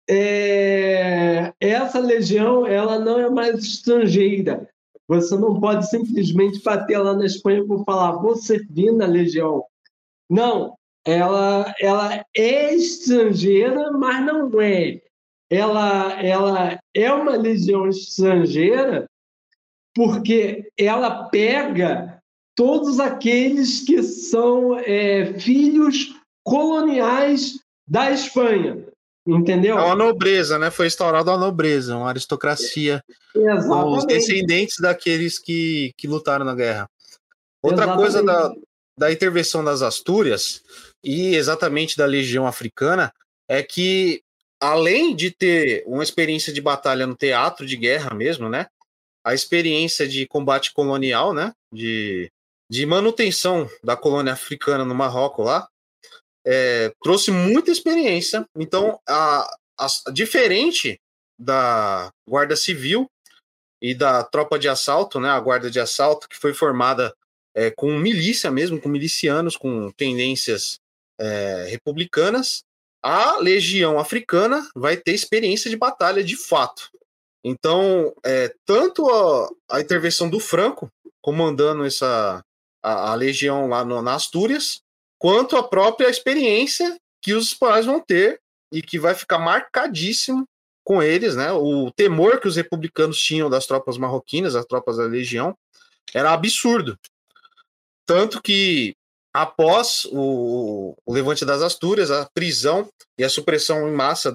essa legião, ela não é mais estrangeira. Você não pode simplesmente bater lá na Espanha por falar: vou servir na legião. Não, ela é estrangeira, mas não é. Ela é uma legião estrangeira porque ela pega todos aqueles que são filhos coloniais da Espanha, entendeu? É uma nobreza, né? Foi instaurada uma nobreza, uma aristocracia. Exatamente. Os descendentes daqueles que lutaram na guerra. Outra coisa da intervenção das Astúrias e exatamente da Legião Africana é que, além de ter uma experiência de batalha no teatro de guerra mesmo, né? A experiência de combate colonial, né? De manutenção da colônia africana no Marrocos lá, trouxe muita experiência. Então, diferente da Guarda Civil e da tropa de assalto, né? A Guarda de Assalto, que foi formada com milícia mesmo, com milicianos, com tendências republicanas, a Legião Africana vai ter experiência de batalha de fato. Então, tanto a intervenção do Franco, comandando a legião lá na Astúrias, quanto a própria experiência que os espanhóis vão ter e que vai ficar marcadíssimo com eles, né? O temor que os republicanos tinham das tropas marroquinas, as tropas da legião, era absurdo. Tanto que, após o levante das Astúrias, a prisão e a supressão em massa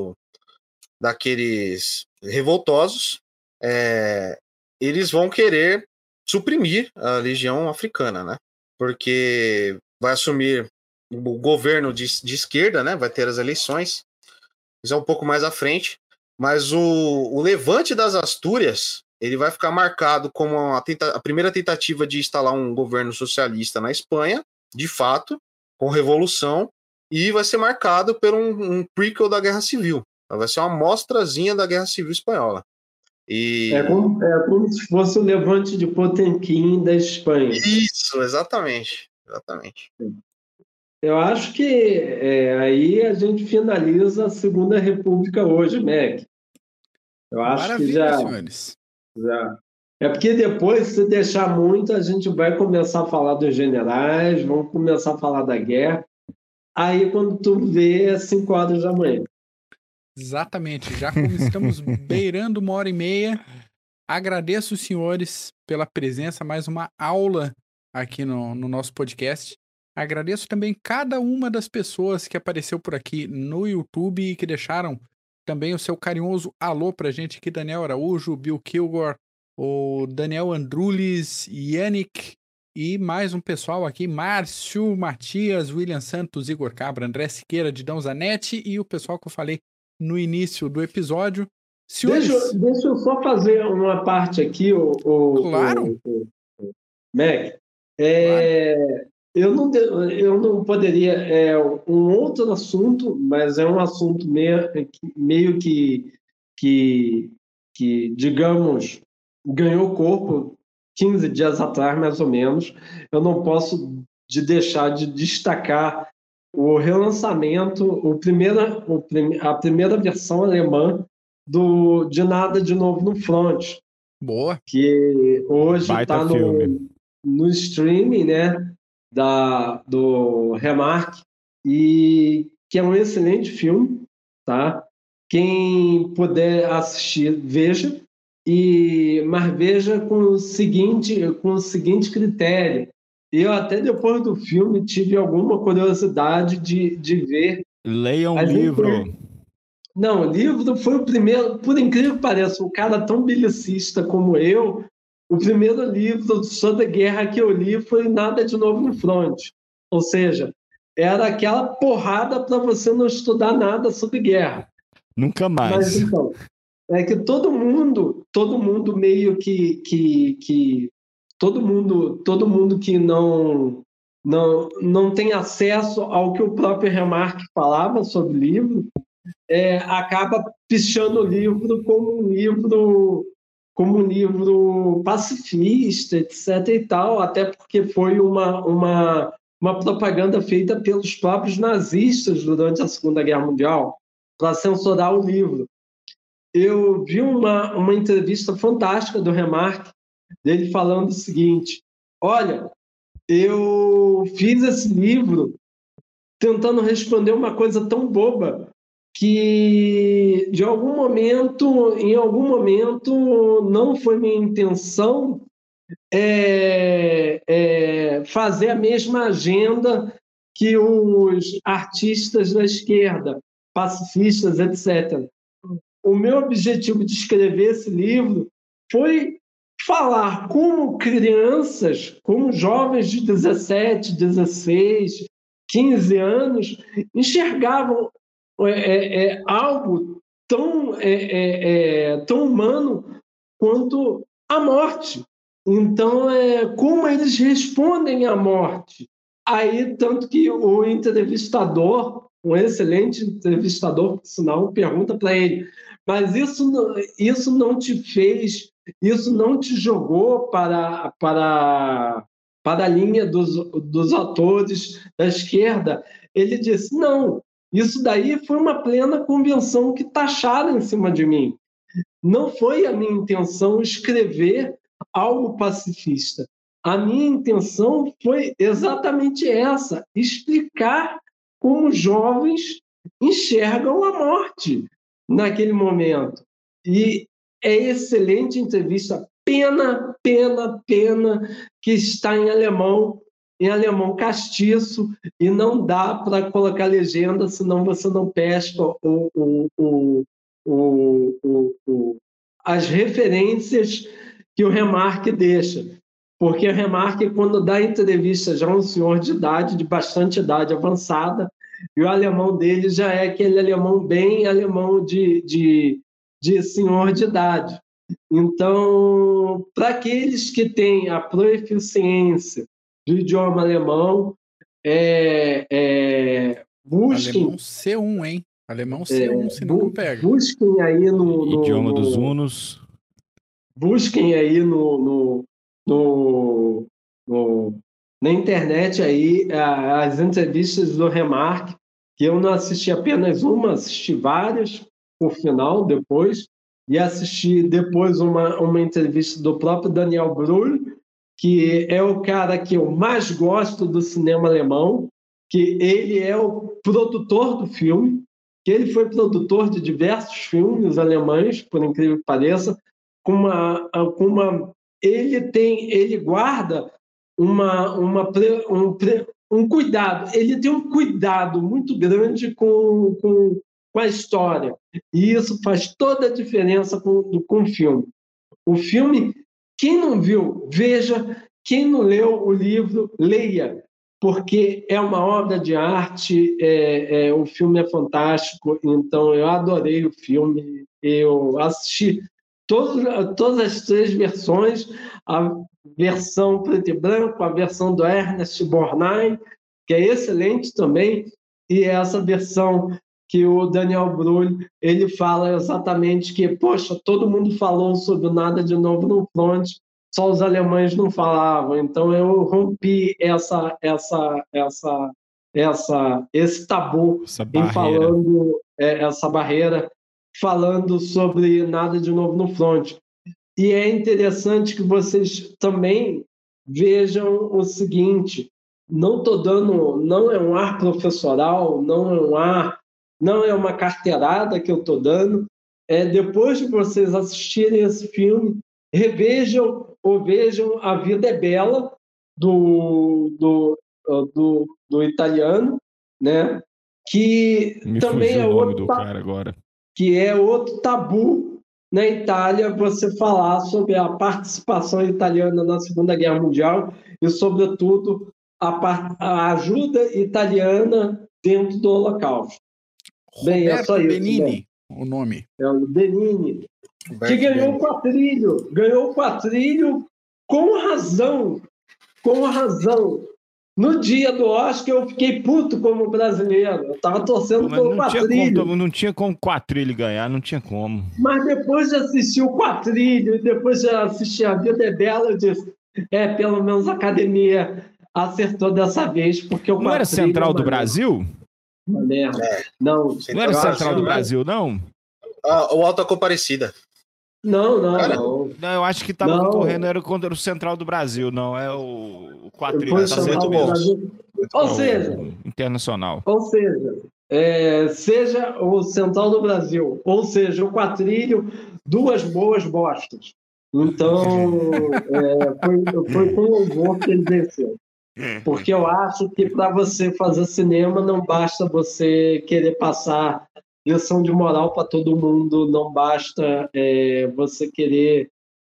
daqueles revoltosos, eles vão querer suprimir a legião africana, né? Porque vai assumir o governo de esquerda, né? Vai ter as eleições, isso é um pouco mais à frente, mas o levante das Astúrias, ele vai ficar marcado como a primeira tentativa de instalar um governo socialista na Espanha, de fato, com revolução, e vai ser marcado por um prequel da Guerra Civil. Vai ser uma mostrazinha da Guerra Civil Espanhola. E É como se fosse o Levante de Potemkin da Espanha. isso, exatamente. Exatamente. Eu acho que aí a gente finaliza a Segunda República hoje, Mac. Eu acho que Maravilha, senhores. já. É porque depois, se deixar muito, a gente vai começar a falar dos generais, vamos começar a falar da guerra. Aí, quando tu vê, é 5 horas da manhã. Exatamente. Já como estamos beirando 1h30, agradeço os senhores pela presença, mais uma aula aqui no nosso podcast. Agradeço também cada uma das pessoas que apareceu por aqui no YouTube e que deixaram também o seu carinhoso alô pra gente aqui, Daniel Araújo, Bill Kilgore, o Daniel Andrulis, Yannick e mais um pessoal aqui, Márcio, Matias, William Santos, Igor Cabra, André Siqueira, Didão Zanetti e o pessoal que eu falei no início do episódio. Senhores, Deixa eu só fazer uma parte aqui, claro, Mac. claro. Eu não poderia. É um outro assunto, mas é um assunto meio que, digamos, ganhou corpo 15 dias atrás, mais ou menos. Eu não posso deixar de destacar o relançamento, a primeira versão alemã de Nada de Novo no Front, Boa. que hoje Baita está filme. no streaming, né, do Remarque, e que é um excelente filme, tá? Quem puder assistir, veja, mas veja com o seguinte critério. Eu até depois do filme tive alguma curiosidade de ver. Leiam o livro. Não, o livro foi o primeiro, por incrível que pareça, um cara tão belicista como eu, o primeiro livro sobre guerra que eu li foi Nada de Novo no Front. Ou seja, era aquela porrada para você não estudar nada sobre guerra. Nunca mais. Mas então, é que todo mundo meio que todo mundo que não tem acesso ao que o próprio Remarque falava sobre o livro, acaba pichando o livro como um livro pacifista, etc. e tal, até porque foi uma propaganda feita pelos próprios nazistas durante a Segunda Guerra Mundial para censurar o livro. Eu vi uma entrevista fantástica do Remarque, dele falando o seguinte: olha, eu fiz esse livro tentando responder uma coisa tão boba que em algum momento não foi minha intenção fazer a mesma agenda que os artistas da esquerda, pacifistas, etc. O meu objetivo de escrever esse livro foi falar como crianças, como jovens de 17, 16, 15 anos enxergavam algo tão humano quanto a morte. Então, como eles respondem à morte? Aí, tanto que o entrevistador, um excelente entrevistador, por sinal, pergunta para ele: mas isso não te fez, isso não te jogou para a linha dos atores da esquerda? Ele disse: não, isso daí foi uma plena convenção que taxaram em cima de mim. Não foi a minha intenção escrever algo pacifista. A minha intenção foi exatamente essa: explicar como jovens enxergam a morte naquele momento. E é excelente entrevista. Pena que está em alemão castiço, e não dá para colocar legenda, senão você não pesca as referências que o Remarque deixa. Porque o Remarque, quando dá entrevista, já é um senhor de idade, de bastante idade avançada, e o alemão dele já é aquele alemão bem alemão de senhor de idade. Então, para aqueles que têm a proficiência do idioma alemão, busquem... Alemão C1, hein? Alemão C1, senão não pega. Busquem aí Idioma dos Hunos. busquem aí no- na internet aí as entrevistas do Remarque, que eu não assisti apenas uma, assisti várias por final depois, e assisti depois uma entrevista do próprio Daniel Brühl, que é o cara que eu mais gosto do cinema alemão, que ele é o produtor do filme, que ele foi produtor de diversos filmes alemães, por incrível que pareça, ele guarda um cuidado, ele tem um cuidado muito grande com a história, e isso faz toda a diferença com o filme. O filme, quem não viu, veja, quem não leu o livro, leia, porque é uma obra de arte, o filme é fantástico, então eu adorei o filme, eu assisti todas as 3 versões, a versão preto e branco, a versão do Ernest Borgnine, que é excelente também, e essa versão que o Daniel Brühl, ele fala exatamente que, poxa, todo mundo falou sobre o Nada de Novo no Front, só os alemães não falavam. Então eu rompi esse tabu em falando essa barreira, falando sobre Nada de Novo no Front. E é interessante que vocês também vejam o seguinte: não é um ar professoral, não é uma carteirada que eu estou dando. Depois de vocês assistirem esse filme, revejam ou vejam A Vida é Bela, do italiano, né? Que Me também fugiu é o nome do cara agora. Que é outro tabu na Itália, você falar sobre a participação italiana na Segunda Guerra Mundial e, sobretudo, a ajuda italiana dentro do Holocausto. Bem, é só Roberto isso. Benigni, o nome. É o Benigni, que ganhou o Quatrilho com razão. No dia do Oscar, eu fiquei puto como brasileiro. Eu estava torcendo pelo Quatrilho. Não tinha como o Quatrilho ganhar, não tinha como. Mas depois de assistir o Quatrilho, depois de assistir A Vida é Bela, eu disse, pelo menos a academia acertou dessa vez, porque o Não era Central do Brasil? Uma merda. Não era Central do Brasil, não? O Alta Comparecida. Não. Eu acho que estava concorrendo, era contra o Central do Brasil, não, é o Quatrilho. Tá certo mesmo. Ou seja, internacional. Ou seja, seja o Central do Brasil, ou seja, o Quatrilho, 2 boas bostas. Então, foi com louvor que ele venceu. Porque eu acho que para você fazer cinema não basta você querer passar lição de moral para todo mundo, não basta você querer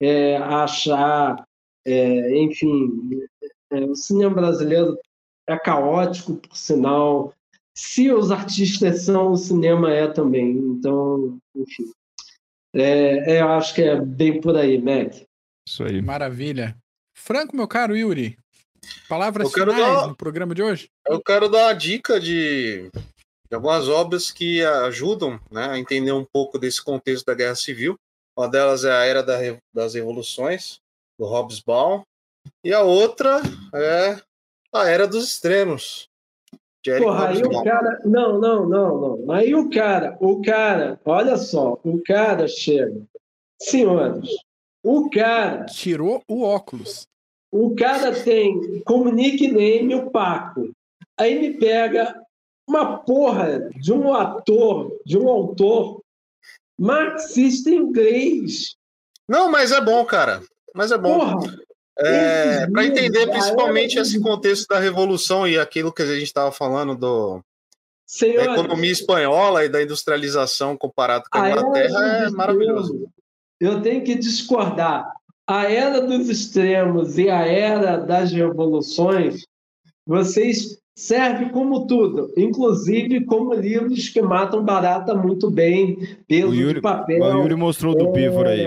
achar, enfim, o cinema brasileiro é caótico, por sinal. Se os artistas são, o cinema é também. Então, enfim. Eu acho que é bem por aí, Mac. Isso aí. Maravilha. Franco, meu caro Yuri, palavras finais no programa de hoje? Eu quero dar uma dica de algumas obras que ajudam, né, a entender um pouco desse contexto da Guerra Civil. Uma delas é A Era das Revoluções, do Hobsbawm, e a outra é A Era dos Extremos. Porra, aí o cara... Não. Aí o cara, olha só, o cara chega. Senhores, o cara... Tirou o óculos. O cara tem como nickname o Paco. Aí me pega uma porra de um autor marxista inglês. Não, mas é bom, cara. Mas é bom. Porra, para entender principalmente esse contexto da Revolução e aquilo que a gente estava falando da economia espanhola e da industrialização comparado com a Inglaterra, é maravilhoso. Eu tenho que discordar. A Era dos Extremos e a Era das Revoluções, vocês servem como tudo, inclusive como livros que matam barata muito bem, peso de papel. O Yuri mostrou do Pívoro aí.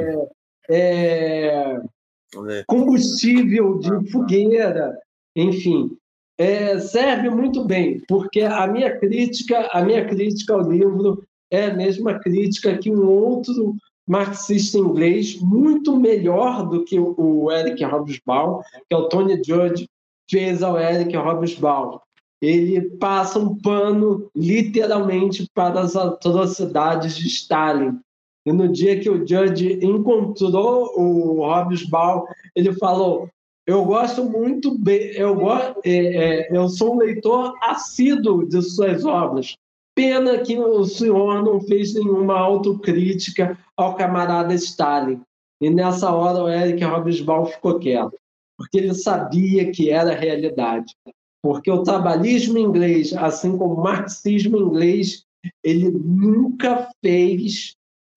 Combustível de fogueira, enfim, serve muito bem, porque a minha crítica ao livro é a mesma crítica que um outro marxista inglês muito melhor do que o Eric Hobsbawm, que é o Tony Judd fez ao Eric Hobsbawm. Ele passa um pano, literalmente, para as atrocidades de Stalin. E no dia que o Judd encontrou o Hobsbawm, ele falou: eu gosto muito, eu sou um leitor assíduo de suas obras. Pena que o senhor não fez nenhuma autocrítica ao camarada Stalin. E nessa hora o Eric Hobsbawm ficou quieto, porque ele sabia que era a realidade. Porque o trabalhismo inglês, assim como o marxismo inglês, ele nunca fez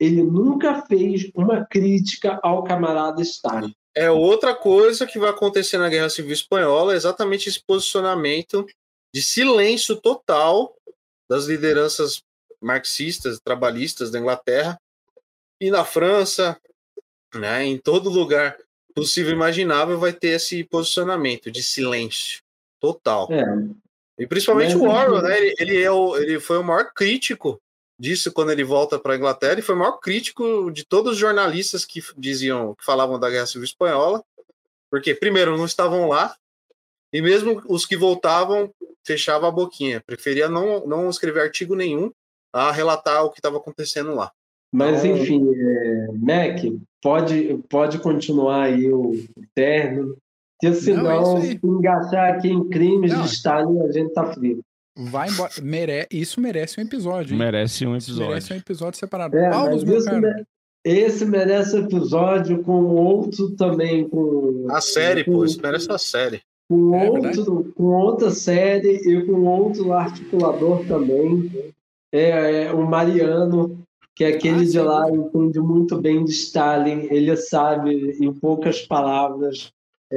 uma crítica ao camarada Stalin. É outra coisa que vai acontecer na Guerra Civil Espanhola, exatamente esse posicionamento de silêncio total das lideranças marxistas, trabalhistas da Inglaterra e na França, né, em todo lugar possível e imaginável vai ter esse posicionamento de silêncio total. E principalmente o Orwell, né, ele foi o maior crítico disso quando ele volta para a Inglaterra, e foi o maior crítico de todos os jornalistas que falavam da Guerra Civil Espanhola, porque primeiro não estavam lá, e mesmo os que voltavam fechavam a boquinha, preferia não escrever artigo nenhum a relatar o que estava acontecendo lá. Mas enfim, Mac, pode continuar aí o término, porque senão engajar aqui em crimes de Stalin a gente tá frio. Vai embora. Isso merece um episódio, hein? Merece um episódio. Merece um episódio separado. Paulo, meu caro. Esse merece um episódio com outro também. A série, isso merece a série. Com outra série e com outro articulador também. O Mariano, que é aquele de lá, entende muito bem de Stalin. Ele sabe, em poucas palavras,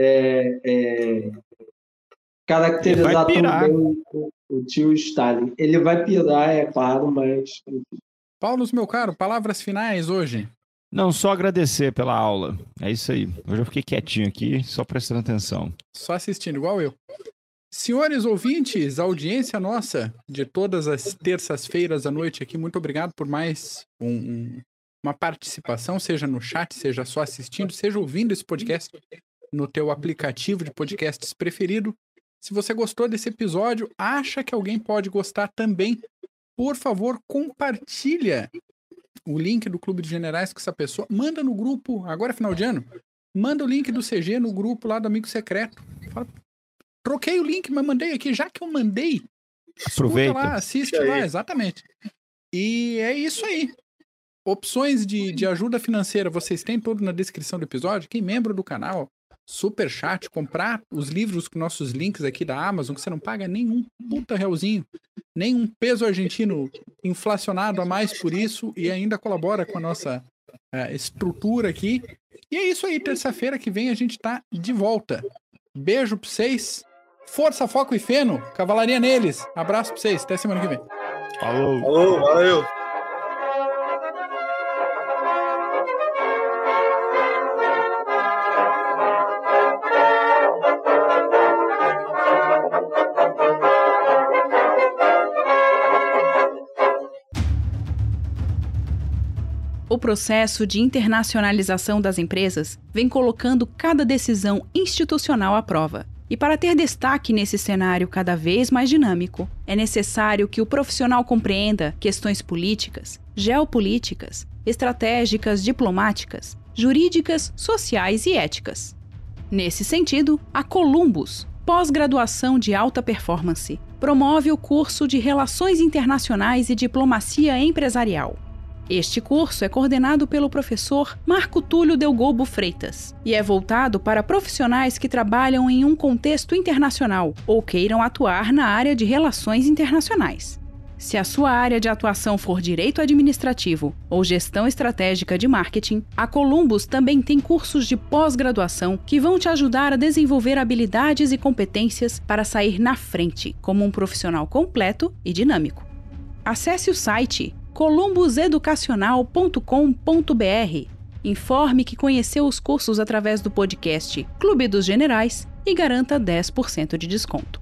caracterizar também o tio Stalin. Ele vai pirar, é claro, mas... Paulo, meu caro, palavras finais hoje? Não, só agradecer pela aula. É isso aí. Hoje eu fiquei quietinho aqui, só prestando atenção. Só assistindo, igual eu. Senhores ouvintes, audiência nossa de todas as terças-feiras à noite aqui, muito obrigado por mais uma participação, seja no chat, seja só assistindo, seja ouvindo esse podcast no teu aplicativo de podcasts preferido. Se você gostou desse episódio, acha que alguém pode gostar também, por favor, compartilha o link do Clube de Generais com essa pessoa. Manda no grupo, agora é final de ano, manda o link do CG no grupo lá do Amigo Secreto. Fala, troquei o link, mas mandei aqui. Já que eu mandei, aproveita lá, assiste lá, exatamente. E é isso aí. Opções de ajuda financeira, vocês têm tudo na descrição do episódio. Quem é membro do canal, super chat, comprar os livros com nossos links aqui da Amazon, que você não paga nenhum puta realzinho, nem um peso argentino inflacionado a mais por isso, e ainda colabora com a nossa estrutura aqui. E é isso aí, terça-feira que vem a gente tá de volta. Beijo pra vocês, força, foco e feno, cavalaria neles. Abraço pra vocês, até semana que vem. Falou, valeu. O processo de internacionalização das empresas vem colocando cada decisão institucional à prova. E para ter destaque nesse cenário cada vez mais dinâmico, é necessário que o profissional compreenda questões políticas, geopolíticas, estratégicas, diplomáticas, jurídicas, sociais e éticas. Nesse sentido, a Columbus, pós-graduação de alta performance, promove o curso de Relações Internacionais e Diplomacia Empresarial. Este curso é coordenado pelo professor Marco Túlio Delgobo Freitas e é voltado para profissionais que trabalham em um contexto internacional ou queiram atuar na área de relações internacionais. Se a sua área de atuação for direito administrativo ou gestão estratégica de marketing, a Columbus também tem cursos de pós-graduação que vão te ajudar a desenvolver habilidades e competências para sair na frente como um profissional completo e dinâmico. Acesse o site columbuseducacional.com.br. Informe que conheceu os cursos através do podcast Clube dos Generais e garanta 10% de desconto.